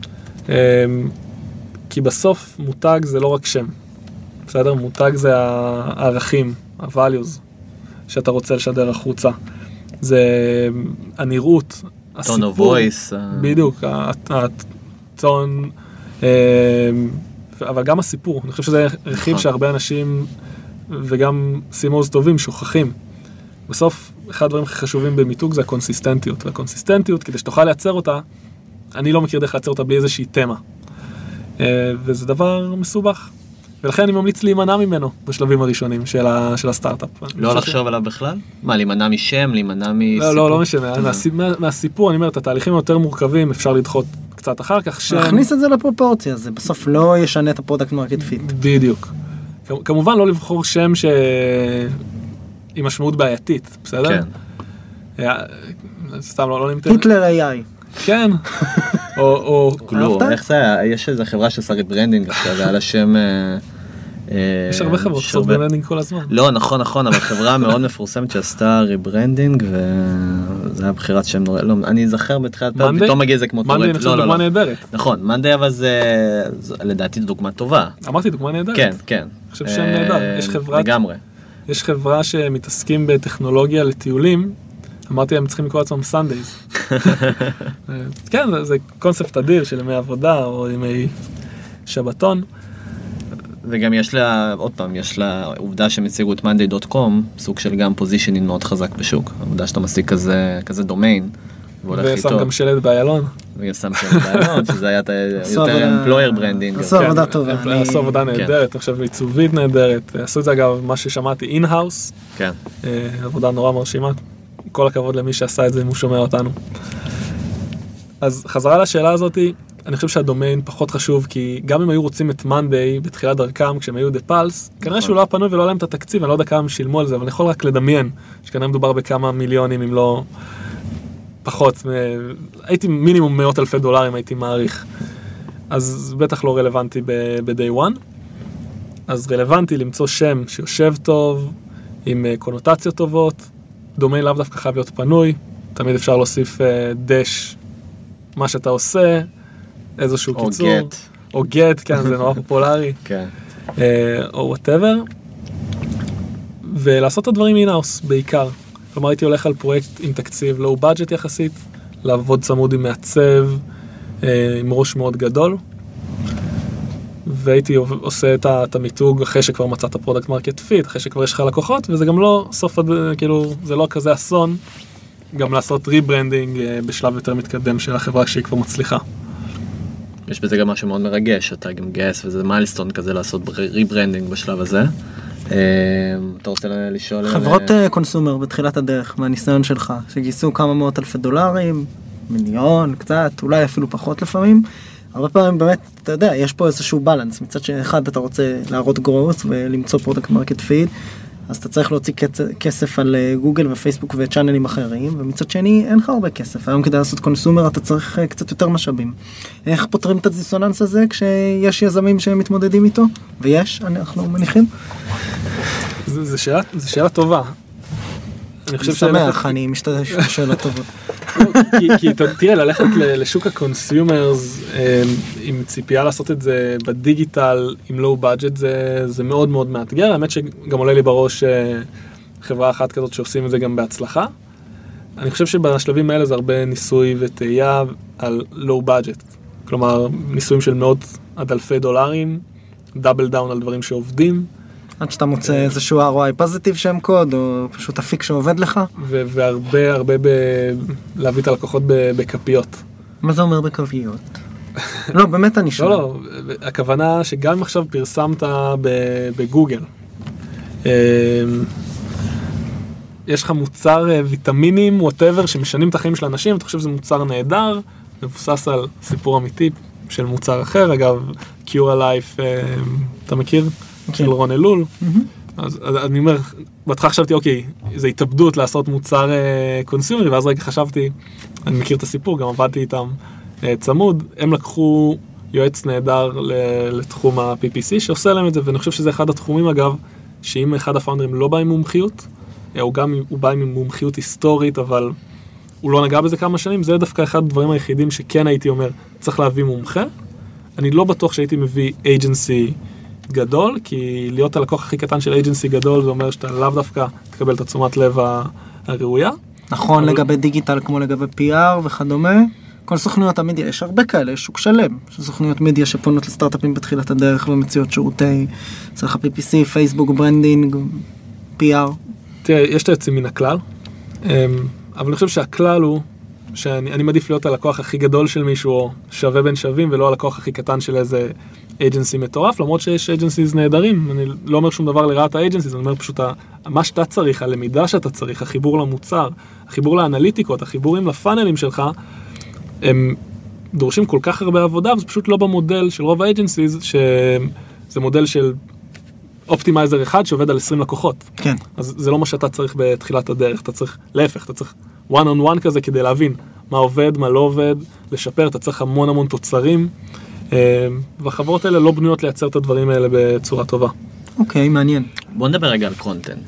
S3: כי בסוף מותג זה לא רק שם. בסדר? מותג זה הערכים, ה-values, שאתה רוצה לשדר החוצה. זה הנראות, הסיפור.
S1: tone of voice.
S3: בדיוק, הטון, אבל גם הסיפור. אני חושב שזה רכיב שהרבה אנשים, וגם סימוז טובים, שוכחים. בסוף, אחד הדברים הכי חשובים במיתוג זה הקונסיסטנטיות. והקונסיסטנטיות, כדי שתוכל לייצר אותה, אני לא מכיר דרך לייצר אותה בלי איזושהי תמה. וזה דבר מסובך. ולכן אני ממליץ להימנע ממנו בשלבים הראשונים של, ה, של הסטארט-אפ.
S1: לא לחשוב עליו בכלל? מה, להימנע משם, להימנע מסיפור?
S3: לא, לא, לא משנה. מה, מהסיפור, אני אומר, את התהליכים היותר מורכבים אפשר לדחות קצת אחר כך. שם...
S2: להכניס את זה לפרופורציה, זה בסוף לא ישנה את הפרודקט מרקט פיט.
S3: בדיוק. כמובן לא לבחור שם ש... עם משמעות בעייתית, בסדר?
S1: כן.
S3: סתם לא, לא נמתן.
S2: היטלר איי איי.
S3: כן. או, או...
S1: כולו, איך זה היה? יש איזו חברה שעושה ריברנדינג עכשיו, ועל השם...
S3: יש הרבה חברות שעושות ריברנדינג כל הזמן.
S1: לא, נכון, נכון, אבל חברה מאוד מפורסמת שעשתה ריברנדינג, וזה היה בחירת שם נורא, לא, אני אזכר בתחילת פעם, פתאום מגיע זה כמו
S3: טורנט. מנדי נחשב דוגמה נהדרת.
S1: נכון, מנדי אבל זה, לדעתי זו דוגמה טובה.
S3: אמרתי דוגמה נהדרת.
S1: כן, כן.
S3: אני חושב שם נהדר. יש חברה...
S1: לגמרי.
S3: יש חברה שמתעסקים בטכנולוגיה לטיולים, אמרתי, הם צריכים לקרוא עצמם סנדייז. כן, זה קונספט אדיר של ימי עבודה או ימי שבתון.
S1: וגם יש לה, עוד פעם, יש לה עובדה שהם הציגו את מאנדיי דוט קום, סוג של גם פוזישנינג מאוד חזק בשוק. העובדה שאתה משיג כזה, כזה דומיין.
S3: ושם גם שלט באיילון.
S1: ושם שלט באיילון, שזה היה יותר אמפלויר ברנדינג.
S2: עשו עבודה טובה.
S3: עשו עבודה נהדרת, עכשיו עיצובית נהדרת. עשו את זה אגב, מה ששמעתי, אין-האוס.
S1: כן.
S3: עבודה נורא מרשימה. כל הכבוד למי שעשה את זה, אם הוא שומע אותנו. אז חזרה לשאלה הזאת, אני חושב שהדומיין פחות חשוב, כי גם אם היו רוצים את מאנדיי בתחילת דרכם, כשהם היו דה פלס, כנראה שהוא לא הפנוי ולא להם את התקציב, אני לא יודע כמה הם שילמו על זה, אבל אני יכול רק לדמיין, שכנראה מדובר בכמה מיליונים, אם לא פחות, הייתי מינימום מאות אלפי דולרים, הייתי מעריך. אז בטח לא רלוונטי ב-day one. אז רלוונטי למצוא שם שיושב טוב, עם קונוטציות טובות, דומיין לאו דווקא חייב להיות פנוי, תמיד אפשר להוסיף דש, מה שאתה עושה, איזשהו
S1: או
S3: קיצור.
S1: או גט.
S3: או גט, כן, זה נורא פופולרי.
S1: כן.
S3: או whatever. ולעשות את הדברים אין-האוס, בעיקר. כלומר, הייתי הולך על פרויקט עם תקציב לואו בדג'ט יחסית, לעבוד צמוד עם מעצב, עם ראש מאוד גדול, והייתי עושה את המיתוג אחרי שכבר מצאת פרודקט מרקט פיט, אחרי שכבר יש לך לקוחות, וזה גם לא סוף, כאילו, זה לא כזה אסון, גם לעשות ריברנדינג בשלב יותר מתקדם של החברה שהיא כבר מצליחה.
S1: יש בזה גם משהו מאוד מרגש, אתה גם גייס, וזה מיילסטון כזה לעשות ריברנדינג בשלב הזה. אתה רוצה לשאול...
S2: חברות קונסומר בתחילת הדרך, מהניסיון שלך, שגייסו כמה מאות אלפי דולרים, מיליון, קצת, אולי אפילו פחות לפעמים, הרבה פעמים באמת, אתה יודע, יש פה איזשהו בלנס, מצד שאחד אתה רוצה להראות growth ולמצוא product market fit, אז אתה צריך להוציא כסף על גוגל ופייסבוק וצ'אנלים אחרים, ומצד שני אין לך הרבה כסף. היום כדי לעשות קונסומר אתה צריך קצת יותר משאבים. איך פותרים את הדיסוננס הזה כשיש יזמים שמתמודדים איתו? ויש, אנחנו מניחים.
S3: זו שאלה, זו שאלה טובה.
S2: אני חושב שמח, אני משתדש בשאלה טובה.
S3: כי תראה, ללכת לשוק הקונסיומרס עם ציפייה לעשות את זה בדיגיטל עם לואו בדג'ט זה מאוד מאוד מאתגר. האמת שגם עולה לי בראש חברה אחת כזאת שעושים את זה גם בהצלחה. אני חושב שבשלבים האלה זה הרבה ניסוי וטעייה על לואו בדג'ט. כלומר, ניסויים של מאות עד אלפי דולרים, דאבל דאון על דברים שעובדים.
S2: עד שאתה מוצא איזשהו אר או איי פוזיטיב שם קוד, או פשוט אפיק שעובד לך.
S3: והרבה, הרבה להביא את הלקוחות בכפיות.
S2: מה זה אומר בכפיות? לא, באמת אני שואל.
S3: לא, לא, הכוונה שגם אם עכשיו פרסמת בגוגל, יש לך מוצר ויטמינים, whatever, שמשנים את החיים של אנשים, אתה חושב שזה מוצר נהדר, מבוסס על סיפור אמיתי של מוצר אחר, אגב, Cure Life, אתה מכיר? של רון אלול. אז אני אומר, בהתחלה חשבתי, אוקיי, זה התאבדות לעשות מוצר קונסיומרי, ואז רגע חשבתי, אני מכיר את הסיפור, גם עבדתי איתם צמוד, הם לקחו יועץ נהדר לתחום ה-פי פי סי, שעושה להם את זה, ואני חושב שזה אחד התחומים, אגב, שאם אחד הפאונדרים לא בא עם מומחיות, הוא גם, הוא בא עם מומחיות היסטורית, אבל הוא לא נגע בזה כמה שנים, זה דווקא אחד הדברים היחידים שכן הייתי אומר, צריך להביא מומחה. אני לא בטוח שהייתי מביא agency גדול, כי להיות הלקוח הכי קטן של agency גדול, זה אומר שאתה לאו דווקא תקבל את התשומת לב הראויה.
S2: נכון, אבל... לגבי דיגיטל כמו לגבי פי אר וכדומה, כל סוכנויות המדיה, יש הרבה כאלה, יש שוק שלם, של סוכנויות מדיה שפונות לסטארט-אפים בתחילת הדרך ומציעות שירותי, צריך פי פי סי, פייסבוק, ברנדינג, פי אר.
S3: תראה, יש את היוצאים מן הכלל, אבל אני חושב שהכלל הוא שאני מעדיף להיות הלקוח הכי גדול של מישהו, או שווה בין שווים, ולא הלקוח הכי קטן של איזה agency מטורף, למרות שיש agencies נהדרים, אני לא אומר שום דבר לרעת ה-agencies, אני אומר פשוט, מה שאתה צריך, הלמידה שאתה צריך, החיבור למוצר, החיבור לאנליטיקות, החיבורים לפאנלים שלך, הם דורשים כל כך הרבה עבודה, וזה פשוט לא במודל של רוב ה-agencies, שזה מודל של אופטימייזר אחד שעובד על עשרים לקוחות.
S2: כן.
S3: אז זה לא מה שאתה צריך בתחילת הדרך, אתה צריך, להפך, אתה צריך one on one כזה כדי להבין מה עובד, מה לא עובד, לשפר, אתה צריך המון המון תוצרים, והחברות האלה לא בנויות לייצר את הדברים האלה בצורה טובה.
S2: אוקיי, מעניין.
S1: בוא נדבר רגע על קונטנט.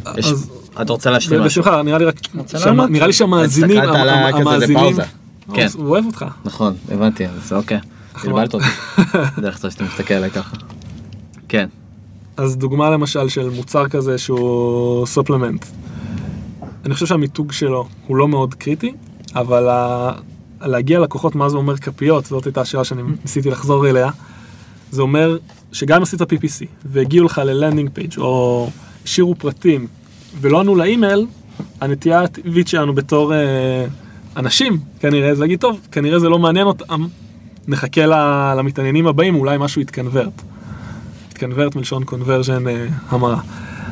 S1: אתה רוצה להשלים משהו?
S3: בשמחה, נראה לי רק, נראה לי שהמאזינים, המאזינים,
S1: כן.
S3: הוא אוהב אותך.
S1: נכון, הבנתי, אז אוקיי. בלבלת אותי. דרך כלל שאתה מסתכל עליי ככה. כן.
S3: אז דוגמה למשל של מוצר כזה שהוא סופלמנט. אני חושב שהמיתוג שלו הוא לא מאוד קריטי, אבל ה... להגיע לקוחות, מה זה אומר כפיות, זאת הייתה השאלה שאני ניסיתי לחזור אליה, זה אומר שגם עשית פי פי סי, והגיעו לך ללנדינג פייג' או השאירו פרטים, ולא ענו לאימייל, הנטייה הטבעית שלנו בתור אה, אנשים, כנראה, זה להגיד, טוב, כנראה זה לא מעניין אותם, נחכה למתעניינים הבאים, אולי משהו יתקנברט. יתקנברט מלשון קונברז'ן אה, המרה.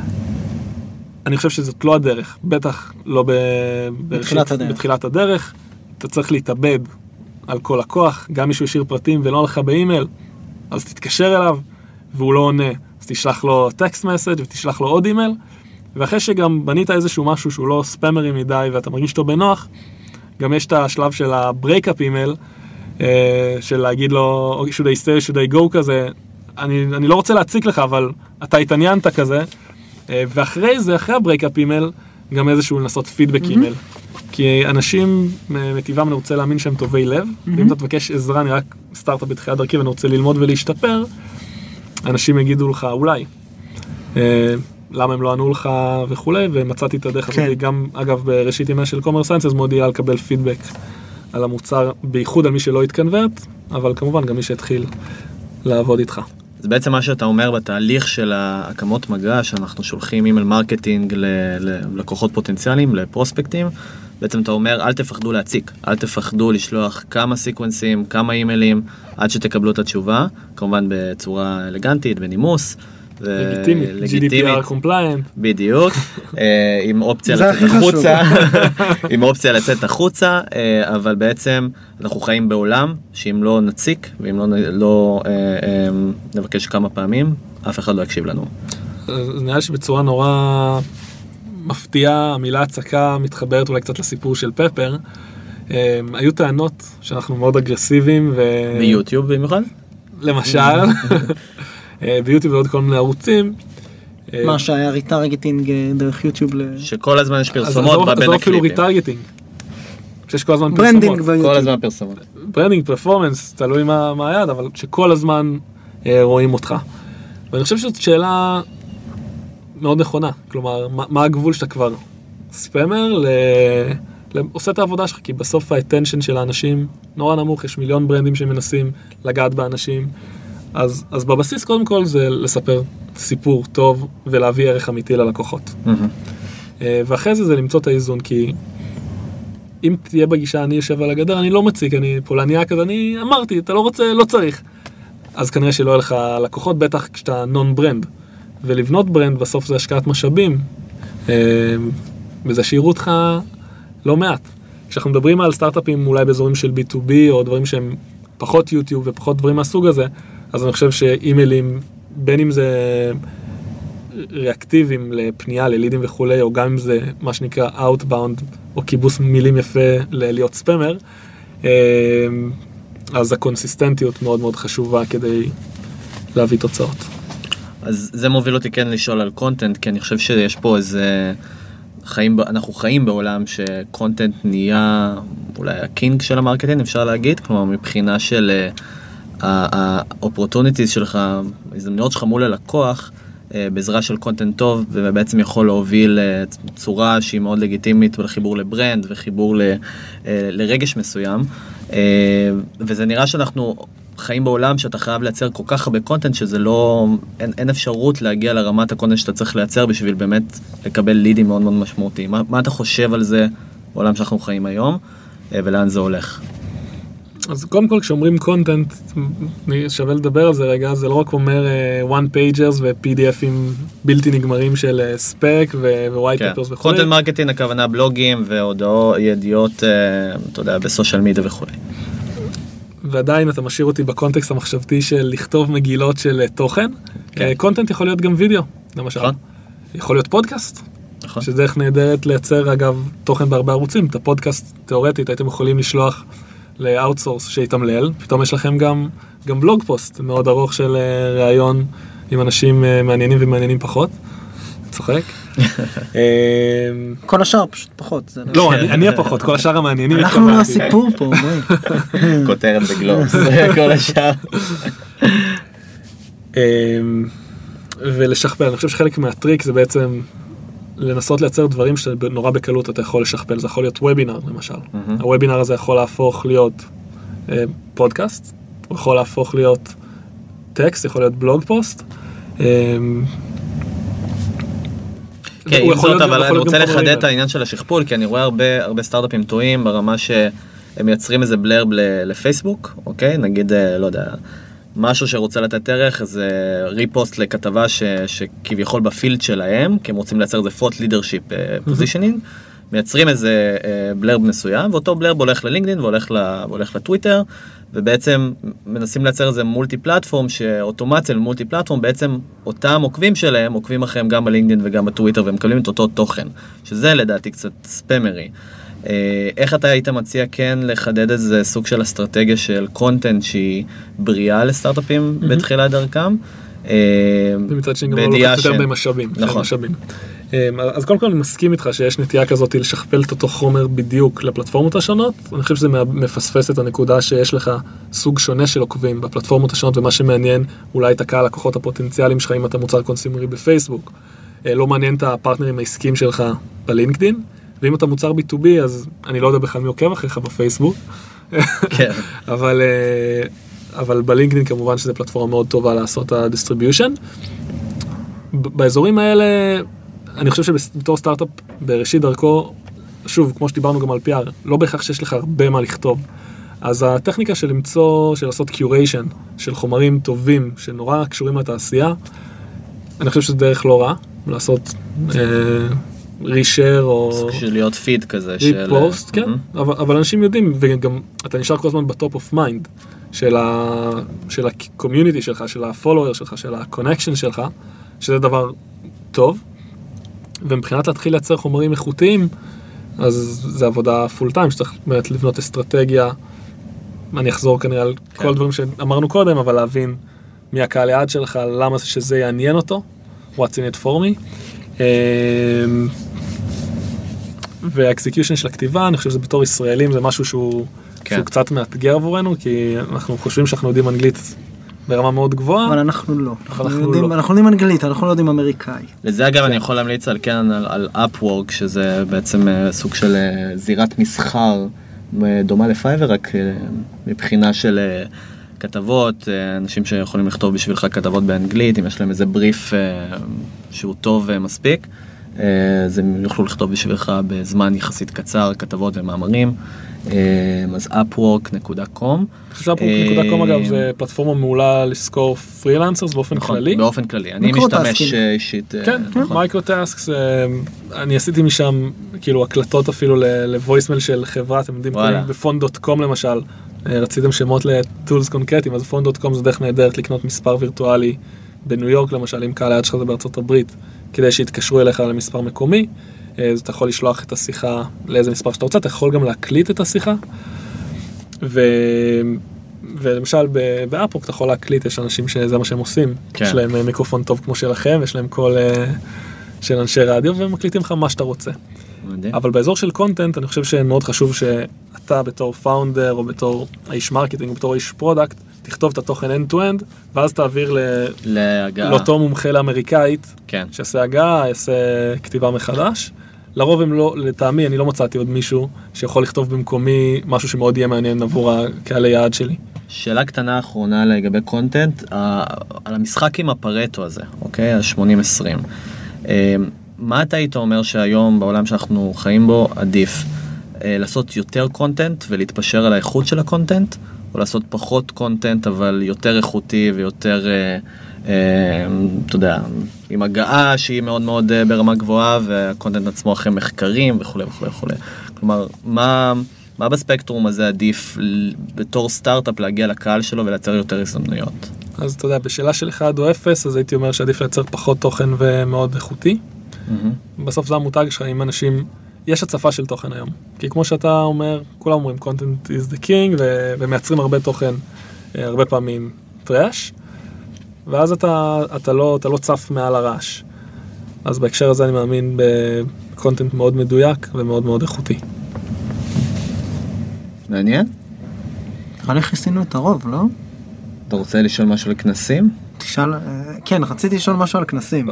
S3: אני חושב שזאת לא הדרך, בטח לא ב...
S2: בתחילת הדרך.
S3: בתחילת הדרך. אתה צריך להתאבד על כל לקוח, גם מישהו ישאיר פרטים ולא לך באימייל, אז תתקשר אליו, והוא לא עונה, אז תשלח לו טקסט מסאג' ותשלח לו עוד אימייל, ואחרי שגם בנית איזשהו משהו שהוא לא ספאמרי מדי, ואתה מרגיש אותו בנוח, גם יש את השלב של הברייק-אפ אימייל, של להגיד לו, should I stay, should I go כזה, אני, אני לא רוצה להציק לך, אבל אתה התעניינת כזה, ואחרי זה, אחרי הברייק-אפ אימייל, גם איזשהו לנסות פידבק אימייל. כי אנשים מטבעם אני רוצה להאמין שהם טובי לב, ואם אתה תבקש עזרה, אני רק סטארט-אפ בתחילת דרכי ואני רוצה ללמוד ולהשתפר, אנשים יגידו לך אולי, למה הם לא ענו לך וכולי, ומצאתי את הדרך הזאת גם, אגב, בראשית ימיה של קומרס סיינס, אז מאוד יהיה לקבל פידבק על המוצר, בייחוד על מי שלא התקנברט, אבל כמובן גם מי שהתחיל לעבוד איתך.
S1: זה בעצם מה שאתה אומר בתהליך של ההקמות מגע, שאנחנו שולחים אימייל מרקטינג ללקוחות פוטנציאליים, לפרוספקטים, בעצם אתה אומר, אל תפחדו להציק, אל תפחדו לשלוח כמה סיקוונסים, כמה אימיילים, עד שתקבלו את התשובה, כמובן בצורה אלגנטית, בנימוס,
S3: לגיטימי, ג'י די פי אר compliant.
S1: בדיוק, עם אופציה לצאת החוצה, עם אופציה לצאת החוצה, אבל בעצם אנחנו חיים בעולם שאם לא נציק, ואם לא נבקש כמה פעמים, אף אחד לא יקשיב לנו.
S3: זה נראה שבצורה נורא מפתיעה, המילה הצקה מתחברת אולי קצת לסיפור של פפר. היו טענות שאנחנו מאוד אגרסיביים.
S1: ביוטיוב במיוחד?
S3: למשל. ביוטיוב ועוד כל מיני ערוצים.
S2: מה שהיה ריטרגטינג דרך יוטיוב.
S1: שכל הזמן יש פרסומות בין הקליפים.
S3: אז אפילו ריטרגטינג. שיש כל הזמן
S2: פרסומות.
S3: ברנדינג
S1: כל הזמן פרסומות.
S3: ברנדינג, פרפורמנס, תלוי מה היעד, אבל שכל הזמן רואים אותך. ואני חושב שזאת שאלה מאוד נכונה. כלומר, מה הגבול שאתה כבר ספמר ל... עושה את העבודה שלך, כי בסוף האטנשן של האנשים נורא נמוך, יש מיליון ברנדים שמנסים לגעת באנשים. אז, אז בבסיס קודם כל זה לספר סיפור טוב ולהביא ערך אמיתי ללקוחות. Mm-hmm. ואחרי זה זה למצוא את האיזון, כי אם תהיה בגישה אני יושב על הגדר, אני לא מציג, אני פולניה כזה, אני אמרתי, אתה לא רוצה, לא צריך. אז כנראה שלא יהיה לך לקוחות, בטח כשאתה נון ברנד. ולבנות ברנד בסוף זה השקעת משאבים, וזה שירו אותך לא מעט. כשאנחנו מדברים על סטארט-אפים אולי באזורים של בי טו בי, או דברים שהם פחות יוטיוב ופחות דברים מהסוג הזה, אז אני חושב שאימיילים, בין אם זה ריאקטיביים לפנייה, ללידים וכולי, או גם אם זה מה שנקרא Outbound, או כיבוס מילים יפה להיות ספמר, אז הקונסיסטנטיות מאוד מאוד חשובה כדי להביא תוצאות.
S1: אז זה מוביל אותי כן לשאול על קונטנט, כי אני חושב שיש פה איזה... חיים, אנחנו חיים בעולם שקונטנט נהיה אולי הקינג של המרקטינג, אפשר להגיד, כלומר מבחינה של האופורטוניטיז שלך, הזדמנויות שלך מול הלקוח, בעזרה של קונטנט טוב, ובעצם יכול להוביל צורה שהיא מאוד לגיטימית לחיבור לברנד וחיבור ל, לרגש מסוים, וזה נראה שאנחנו חיים בעולם שאתה חייב לייצר כל כך הרבה קונטנט שזה לא, אין, אין אפשרות להגיע לרמת הקונטנט שאתה צריך לייצר בשביל באמת לקבל לידים מאוד מאוד משמעותיים. מה, מה אתה חושב על זה בעולם שאנחנו חיים היום ולאן זה הולך?
S3: אז קודם כל כשאומרים קונטנט, שווה לדבר על זה רגע, זה לא רק אומר uh, one pagers ו-פי די אפים בלתי נגמרים של ספק ו-white papers וכו'.
S1: קונטנט מרקטינג הכוונה בלוגים והודעות, ידיעות, uh, אתה יודע, בסושיאל מידיה וכו'.
S3: ועדיין אתה משאיר אותי בקונטקסט המחשבתי של לכתוב מגילות של תוכן. כן. קונטנט יכול להיות גם וידאו, למשל. נכון. יכול להיות פודקאסט. נכון. שזה דרך נהדרת לייצר, אגב, תוכן בהרבה ערוצים. את הפודקאסט, תיאורטית, הייתם יכולים לשלוח לאוטסורס שיתמלל. פתאום יש לכם גם, גם בלוג פוסט מאוד ארוך של ראיון עם אנשים מעניינים ומעניינים פחות. צוחק.
S2: כל השאר פשוט פחות.
S3: לא, אני הפחות, כל השאר המעניינים.
S2: אנחנו לא הסיפור פה.
S1: כותרת בגלובס, כל השאר.
S3: ולשכפל, אני חושב שחלק מהטריק זה בעצם לנסות לייצר דברים שנורא בקלות אתה יכול לשכפל. זה יכול להיות וובינר למשל. הוובינר הזה יכול להפוך להיות פודקאסט, הוא יכול להפוך להיות טקסט, יכול להיות בלוג פוסט.
S1: כן, עם זאת, אבל אני רוצה לחדד את העניין של השכפול, כי אני רואה הרבה, הרבה סטארט-אפים טועים ברמה שהם מייצרים איזה בלרב לפייסבוק, אוקיי? נגיד, לא יודע, משהו שרוצה לתת ערך, זה ריפוסט לכתבה ש, שכביכול בפילד שלהם, כי הם רוצים לייצר איזה פוט לידרשיפ פוזישנינג, מייצרים איזה בלרב מסוים, ואותו בלרב הולך ללינקדין והולך, והולך לטוויטר, ובעצם מנסים לייצר איזה מולטי פלטפורם, שאוטומציה למולטי פלטפורם, בעצם אותם עוקבים שלהם, עוקבים אחריהם גם בלינקדין וגם בטוויטר, והם מקבלים את אותו תוכן, שזה לדעתי קצת ספמרי. איך אתה היית מציע כן לחדד איזה סוג של אסטרטגיה של קונטנט שהיא בריאה לסטארט-אפים בתחילת דרכם?
S3: ומצד שני גם לא לוקחת יותר במשאבים.
S1: נכון.
S3: אז קודם כל אני מסכים איתך שיש נטייה כזאת לשכפל את אותו חומר בדיוק לפלטפורמות השונות. אני חושב שזה מפספס את הנקודה שיש לך סוג שונה של עוקבים בפלטפורמות השונות, ומה שמעניין אולי את הקהל לקוחות הפוטנציאליים שלך אם אתה מוצר קונסיומרי בפייסבוק. לא מעניין את הפרטנרים העסקיים שלך בלינקדין, ואם אתה מוצר בי טו בי אז אני לא יודע בכלל מי עוקב אחריך בפייסבוק.
S1: כן.
S3: אבל, אבל בלינקדין כמובן שזה פלטפורמה מאוד טובה לעשות את הדיסטריביושן. באזורים האלה אני חושב שבתור סטארט-אפ בראשית דרכו, שוב, כמו שדיברנו גם על פי אר, לא בהכרח שיש לך הרבה מה לכתוב. אז הטכניקה של למצוא, של לעשות קיוריישן, של חומרים טובים, שנורא קשורים לתעשייה, אני חושב שזה דרך לא רע, לעשות רישר או...
S1: של להיות פיד כזה.
S3: ריפוסט, כן. אבל אנשים יודעים, וגם אתה נשאר כל הזמן בטופ אוף מיינד של הקומיוניטי שלך, של הפולוור שלך, של הקונקשן שלך, שזה דבר טוב. ומבחינת להתחיל לייצר חומרים איכותיים, אז זה עבודה פול טיים, שצריך באמת לבנות אסטרטגיה. אני אחזור כנראה על כל דברים שאמרנו קודם, אבל להבין מי הקהל היעד שלך, למה שזה יעניין אותו, what's in it for me. והאקסקיושן של הכתיבה, אני חושב שזה בתור ישראלים, זה משהו שהוא, כן. שהוא קצת מאתגר עבורנו, כי אנחנו חושבים שאנחנו יודעים אנגלית ברמה מאוד גבוהה.
S2: אבל אנחנו לא.
S3: אנחנו,
S2: אנחנו, יודעים,
S3: לא.
S2: אנחנו יודעים אנגלית, אנחנו לא יודעים אמריקאי.
S1: לזה אגב כן. אני יכול להמליץ על, כן, על, על Upwork, שזה בעצם סוג של זירת מסחר דומה לפייבר, רק מבחינה של כתבות, אנשים שיכולים לכתוב בשבילך כתבות באנגלית, אם יש להם איזה בריף שהוא טוב מספיק, אז הם יוכלו לכתוב בשבילך בזמן יחסית קצר, כתבות ומאמרים. אז upwork נקודה קום.
S3: upwork נקודה קום אגב זה פלטפורמה מעולה לסקור פרילנסרס באופן כללי.
S1: באופן כללי, אני משתמש אישית.
S3: כן, מייקרו-טאסקס, אני עשיתי משם כאילו הקלטות אפילו לוויסמייל של חברה, אתם יודעים, בפון דוט קום למשל, רציתם שמות לטולס קונקרטיים, אז פון דוט קום זה דרך נהדרת לקנות מספר וירטואלי בניו יורק למשל, אם קהל היעד שלך זה בארצות הברית, כדי שיתקשרו אליך למספר מקומי, אז אתה יכול לשלוח את השיחה לאיזה מספר שאתה רוצה, אתה יכול גם להקליט את השיחה, ו... ולמשל באפוק אתה יכול להקליט, יש אנשים שזה מה שהם עושים, כן. יש להם מיקרופון טוב כמו שלכם, יש להם קול של אנשי רדיו, והם מקליטים לך מה שאתה רוצה. מדהים. אבל באזור של קונטנט, אני חושב שמאוד חשוב שאתה בתור פאונדר, או בתור האיש מרקטינג, או בתור האיש פרודקט, תכתוב את התוכן end-to-end, ואז תעביר לאותו מומחה לאמריקאית,
S1: כן.
S3: שעשה הגעה, יעשה כתיבה מחדש. לרוב הם לא, לטעמי, אני לא מצאתי עוד מישהו שיכול לכתוב במקומי משהו שמאוד יהיה מעניין עבור הקהל היעד שלי.
S1: שאלה קטנה אחרונה לגבי קונטנט, על המשחק עם הפרטו הזה, אוקיי? ה-שמונים עשרים. מה אתה היית אומר שהיום בעולם שאנחנו חיים בו עדיף? לעשות יותר קונטנט ולהתפשר על האיכות של הקונטנט, או לעשות פחות קונטנט אבל יותר איכותי ויותר, אתה יודע, עם הגעה שהיא מאוד מאוד ברמה גבוהה, והקונטנט עצמו אחרי מחקרים וכו' וכו' וכו'. כלומר, מה, מה בספקטרום הזה עדיף בתור סטארט-אפ להגיע לקהל שלו ולייצר יותר הזדמנויות?
S3: אז אתה יודע, בשאלה של אחד או אפס, אז הייתי אומר שעדיף לייצר פחות תוכן ומאוד איכותי. Mm-hmm. בסוף זה המותג שלך, עם אנשים, יש הצפה של תוכן היום. כי כמו שאתה אומר, כולם אומרים, content is the king, ו- ומייצרים הרבה תוכן, הרבה פעמים טראש, ואז אתה, אתה לא, אתה לא צף מעל הרעש. אז בהקשר הזה אני מאמין בקונטנט מאוד מדויק ומאוד מאוד איכותי.
S1: מעניין?
S2: נראה לי חיסינו את הרוב, לא?
S1: אתה רוצה לשאול משהו לכנסים?
S2: תשאל, כן, רציתי לשאול משהו על כנסים.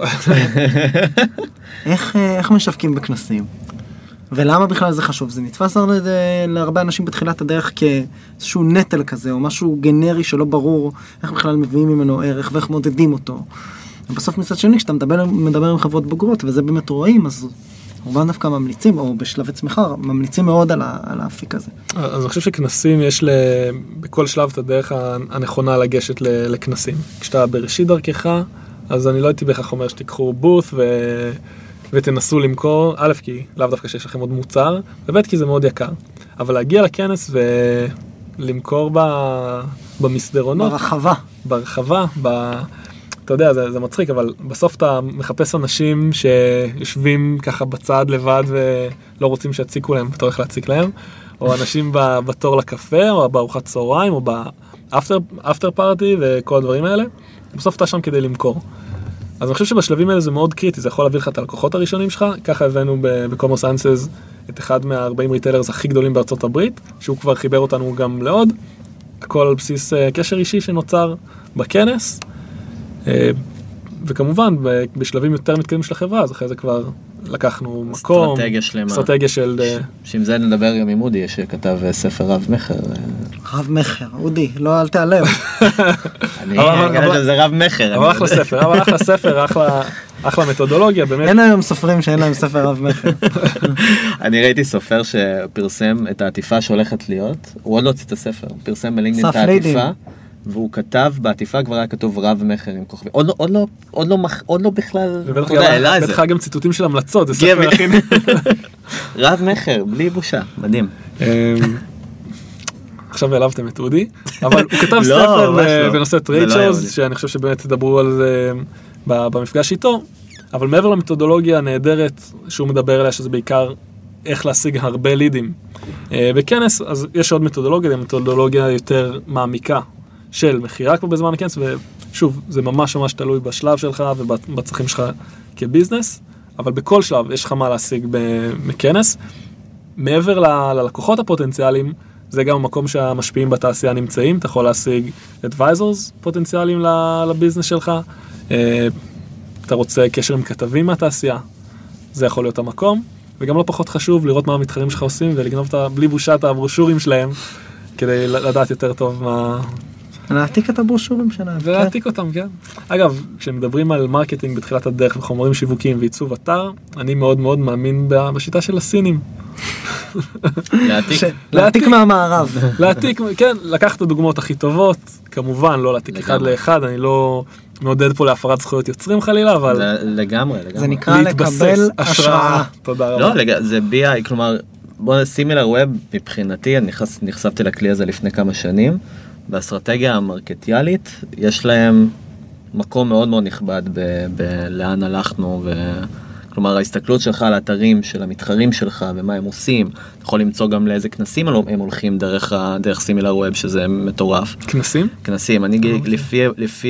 S2: איך, איך משווקים בכנסים? ולמה בכלל זה חשוב? זה נתפס להרבה אנשים בתחילת הדרך כאיזשהו נטל כזה, או משהו גנרי שלא ברור איך בכלל מביאים ממנו ערך ואיך מודדים אותו. ובסוף מצד שני, כשאתה מדבר, מדבר עם חברות בוגרות, וזה באמת רואים, אז רובם דווקא ממליצים, או בשלבי צמיחה, ממליצים מאוד על, ה, על האפיק הזה.
S3: אז אני חושב שכנסים יש ל... בכל שלב את הדרך הנכונה לגשת לכנסים. כשאתה בראשית דרכך, אז אני לא הייתי בהכרח אומר שתיקחו בוט ו... ותנסו למכור, א', כי לאו דווקא שיש לכם עוד מוצר, וב', כי זה מאוד יקר. אבל להגיע לכנס ולמכור ב... במסדרונות.
S2: ברחבה.
S3: ברחבה, ב... אתה יודע, זה, זה מצחיק, אבל בסוף אתה מחפש אנשים שיושבים ככה בצד לבד ולא רוצים שיציקו להם, ואתה הולך להציק להם, או אנשים בתור לקפה, או בארוחת צהריים, או באפטר פארטי וכל הדברים האלה. בסוף אתה שם כדי למכור. אז אני חושב שבשלבים האלה זה מאוד קריטי, זה יכול להביא לך את הלקוחות הראשונים שלך, ככה הבאנו ב-Commerce Answers את אחד מה-ארבעים ריטיילרס הכי גדולים בארצות הברית, שהוא כבר חיבר אותנו גם לעוד, הכל על בסיס קשר אישי שנוצר בכנס, וכמובן בשלבים יותר מתקדמים של החברה, אז אחרי זה כבר לקחנו מקום,
S1: אסטרטגיה שלמה,
S3: אסטרטגיה של...
S1: שעם זה נדבר גם עם אודי, שכתב ספר רב מחר.
S2: רב מחר, אודי, לא אל תעלם.
S1: אני אגלה שזה רב מחר.
S3: אבל אחלה ספר, אבל אחלה ספר, אחלה מתודולוגיה, באמת.
S2: אין היום סופרים שאין להם ספר רב מחר.
S1: אני ראיתי סופר שפרסם את העטיפה שהולכת להיות, הוא עוד לא הוציא את הספר, פרסם בלינקדאין את העטיפה, והוא כתב, בעטיפה כבר היה כתוב רב מחר עם כוכבים. עוד לא, עוד לא, עוד לא, עוד לא בכלל,
S3: ובטח גם, גם ציטוטים של המלצות, זה ספר הכי...
S1: רב מחר, בלי בושה, מדהים.
S3: עכשיו העלבתם את אודי, אבל הוא כתב ספר בנושא טרייד שואוז, שאני חושב שבאמת תדברו על זה במפגש איתו, אבל מעבר למתודולוגיה הנהדרת שהוא מדבר עליה, שזה בעיקר איך להשיג הרבה לידים. בכנס, אז יש עוד מתודולוגיה, מתודולוגיה יותר מעמיקה של מחירה כבר בזמן הכנס, ושוב, זה ממש ממש תלוי בשלב שלך ובצרכים שלך כביזנס, אבל בכל שלב יש לך מה להשיג בכנס. מעבר ללקוחות הפוטנציאליים, זה גם המקום שהמשפיעים בתעשייה נמצאים, אתה יכול להשיג advisors פוטנציאליים לביזנס שלך, אתה רוצה קשר עם כתבים מהתעשייה, זה יכול להיות המקום, וגם לא פחות חשוב לראות מה המתחרים שלך עושים, ולגנוב את, בלי בושה את הברושורים שלהם, כדי לדעת יותר טוב מה...
S2: להעתיק את הברושורים שלהם.
S3: ולהעתיק אותם, כן. אגב, כשמדברים על מרקטינג בתחילת הדרך וחומרים שיווקיים ועיצוב אתר, אני מאוד מאוד מאמין בשיטה של הסינים.
S1: להעתיק.
S2: להעתיק מהמערב.
S3: להעתיק, כן, לקחת את הדוגמאות הכי טובות, כמובן, לא להעתיק אחד לאחד, אני לא מעודד פה להפרת זכויות יוצרים חלילה, אבל...
S1: לגמרי, לגמרי.
S2: זה נקרא לקבל השראה.
S3: תודה רבה.
S1: לא, זה בי איי, כלומר, בוא סימילר ווב, מבחינתי, אני נחשפתי לכלי הזה לפני כמה שנים, באסטרטגיה המרקטיאלית, יש להם מקום מאוד מאוד נכבד בלאן הלכנו, כלומר, ההסתכלות שלך על האתרים של המתחרים שלך ומה הם עושים, אתה יכול למצוא גם לאיזה כנסים הם הולכים דרך, דרך סימילר ווב, שזה מטורף.
S3: כנסים?
S1: כנסים. אני גיל, לפי, לפי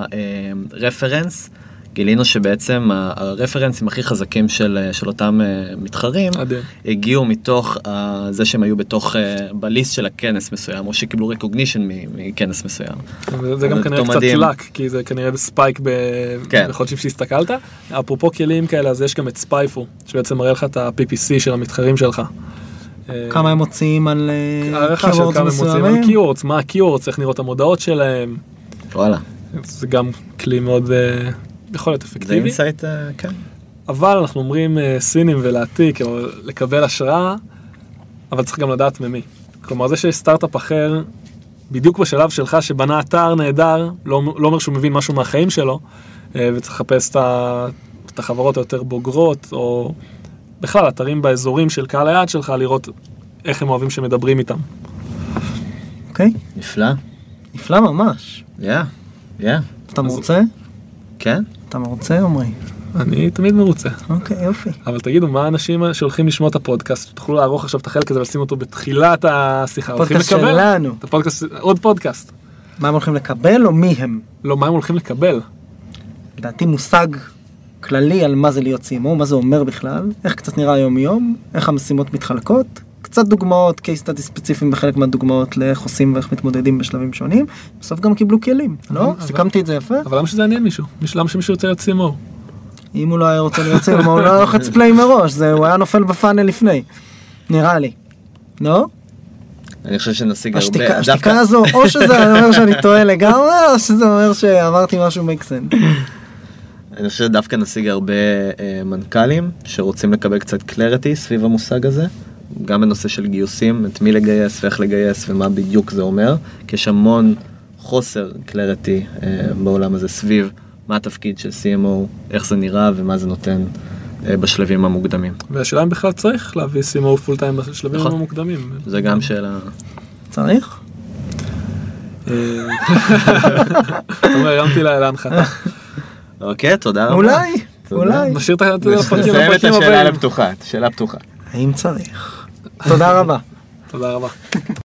S1: הרפרנס, גילינו שבעצם הרפרנסים הכי חזקים של, של אותם מתחרים, הגיעו מתוך זה שהם היו בתוך, בליסט של הכנס מסוים, או שקיבלו רקוגנישן מכנס מסוים.
S3: זה גם כנראה קצת לק, כי זה כנראה ספייק בחודשים שהסתכלת. אפרופו כלים כאלה, אז יש גם את ספייפו, שבעצם מראה לך את ה-פי פי סי של המתחרים שלך.
S2: כמה הם מוצאים על
S3: קיוורדס מסוימים? קיוורדס, מה הקיוורדס, איך נראות המודעות שלהם.
S1: וואלה.
S3: זה גם כלי מאוד... יכול להיות אפקטיבי.
S1: זה אינסייט, כן.
S3: אבל אנחנו אומרים סינים ולהעתיק, או לקבל השראה, אבל צריך גם לדעת ממי. כלומר, זה שיש סטארט-אפ אחר, בדיוק בשלב שלך שבנה אתר נהדר, לא, לא אומר שהוא מבין משהו מהחיים שלו, וצריך לחפש את, את החברות היותר בוגרות, או בכלל, אתרים באזורים של קהל היעד שלך, לראות איך הם אוהבים שמדברים איתם.
S2: אוקיי.
S1: נפלא.
S2: נפלא ממש.
S1: כן, כן.
S2: אתה מרוצה?
S1: כן.
S2: אתה מרוצה, עומרי?
S3: אני תמיד מרוצה.
S2: אוקיי, יופי.
S3: אבל תגידו, מה האנשים שהולכים לשמוע את הפודקאסט, תוכלו לערוך עכשיו את החלק הזה ולשים אותו בתחילת השיחה.
S2: הפודקאסט שלנו.
S3: את הפודקאסט, עוד פודקאסט.
S2: מה הם הולכים לקבל או מי הם?
S3: לא, מה הם הולכים לקבל?
S2: לדעתי מושג כללי על מה זה להיות סי אם או, מה זה אומר בכלל, איך קצת נראה יום יום, איך המשימות מתחלקות, קצת דוגמאות, קייס סטאדי ספציפיים בחלק מהדוגמאות לאיך עושים ואיך מתמודדים בשלבים שונים. בסוף גם קיבלו כלים, לא? סיכמתי את זה יפה?
S3: אבל למה שזה יעניין מישהו? למה שמישהו יוצא להיות סי אם או?
S2: אם הוא לא היה רוצה להיות סי אם או, הוא לא היה לוחץ פליי מראש, הוא היה נופל בפאנל לפני. נראה לי. לא?
S1: אני חושב שנשיג הרבה...
S2: השתיקה הזו, או שזה אומר שאני טועה לגמרי, או שזה אומר שאמרתי משהו make sense.
S1: אני חושב שדווקא נשיג הרבה מנכ"לים שרוצים לקבל קצת קלריטי סביב המושג הזה. גם בנושא של גיוסים, את מי לגייס ואיך לגייס ומה בדיוק זה אומר, כי יש המון חוסר קלריטי אה, בעולם הזה סביב מה התפקיד של סי אם או, איך זה נראה ומה זה נותן אה, בשלבים המוקדמים.
S3: והשאלה אם בכלל צריך להביא סי אם או פול טיים בשלבים נכון. המוקדמים.
S1: זה גם שאלה...
S2: צריך?
S3: אתה אומר, הרמתי לה להנחתה.
S1: אוקיי, תודה רבה.
S2: אולי, אולי.
S3: נשאיר את
S1: הפרקים הבאים. נסיים את השאלה לפתוחה, את השאלה פתוחה.
S2: האם צריך? תודה רבה.
S3: תודה רבה.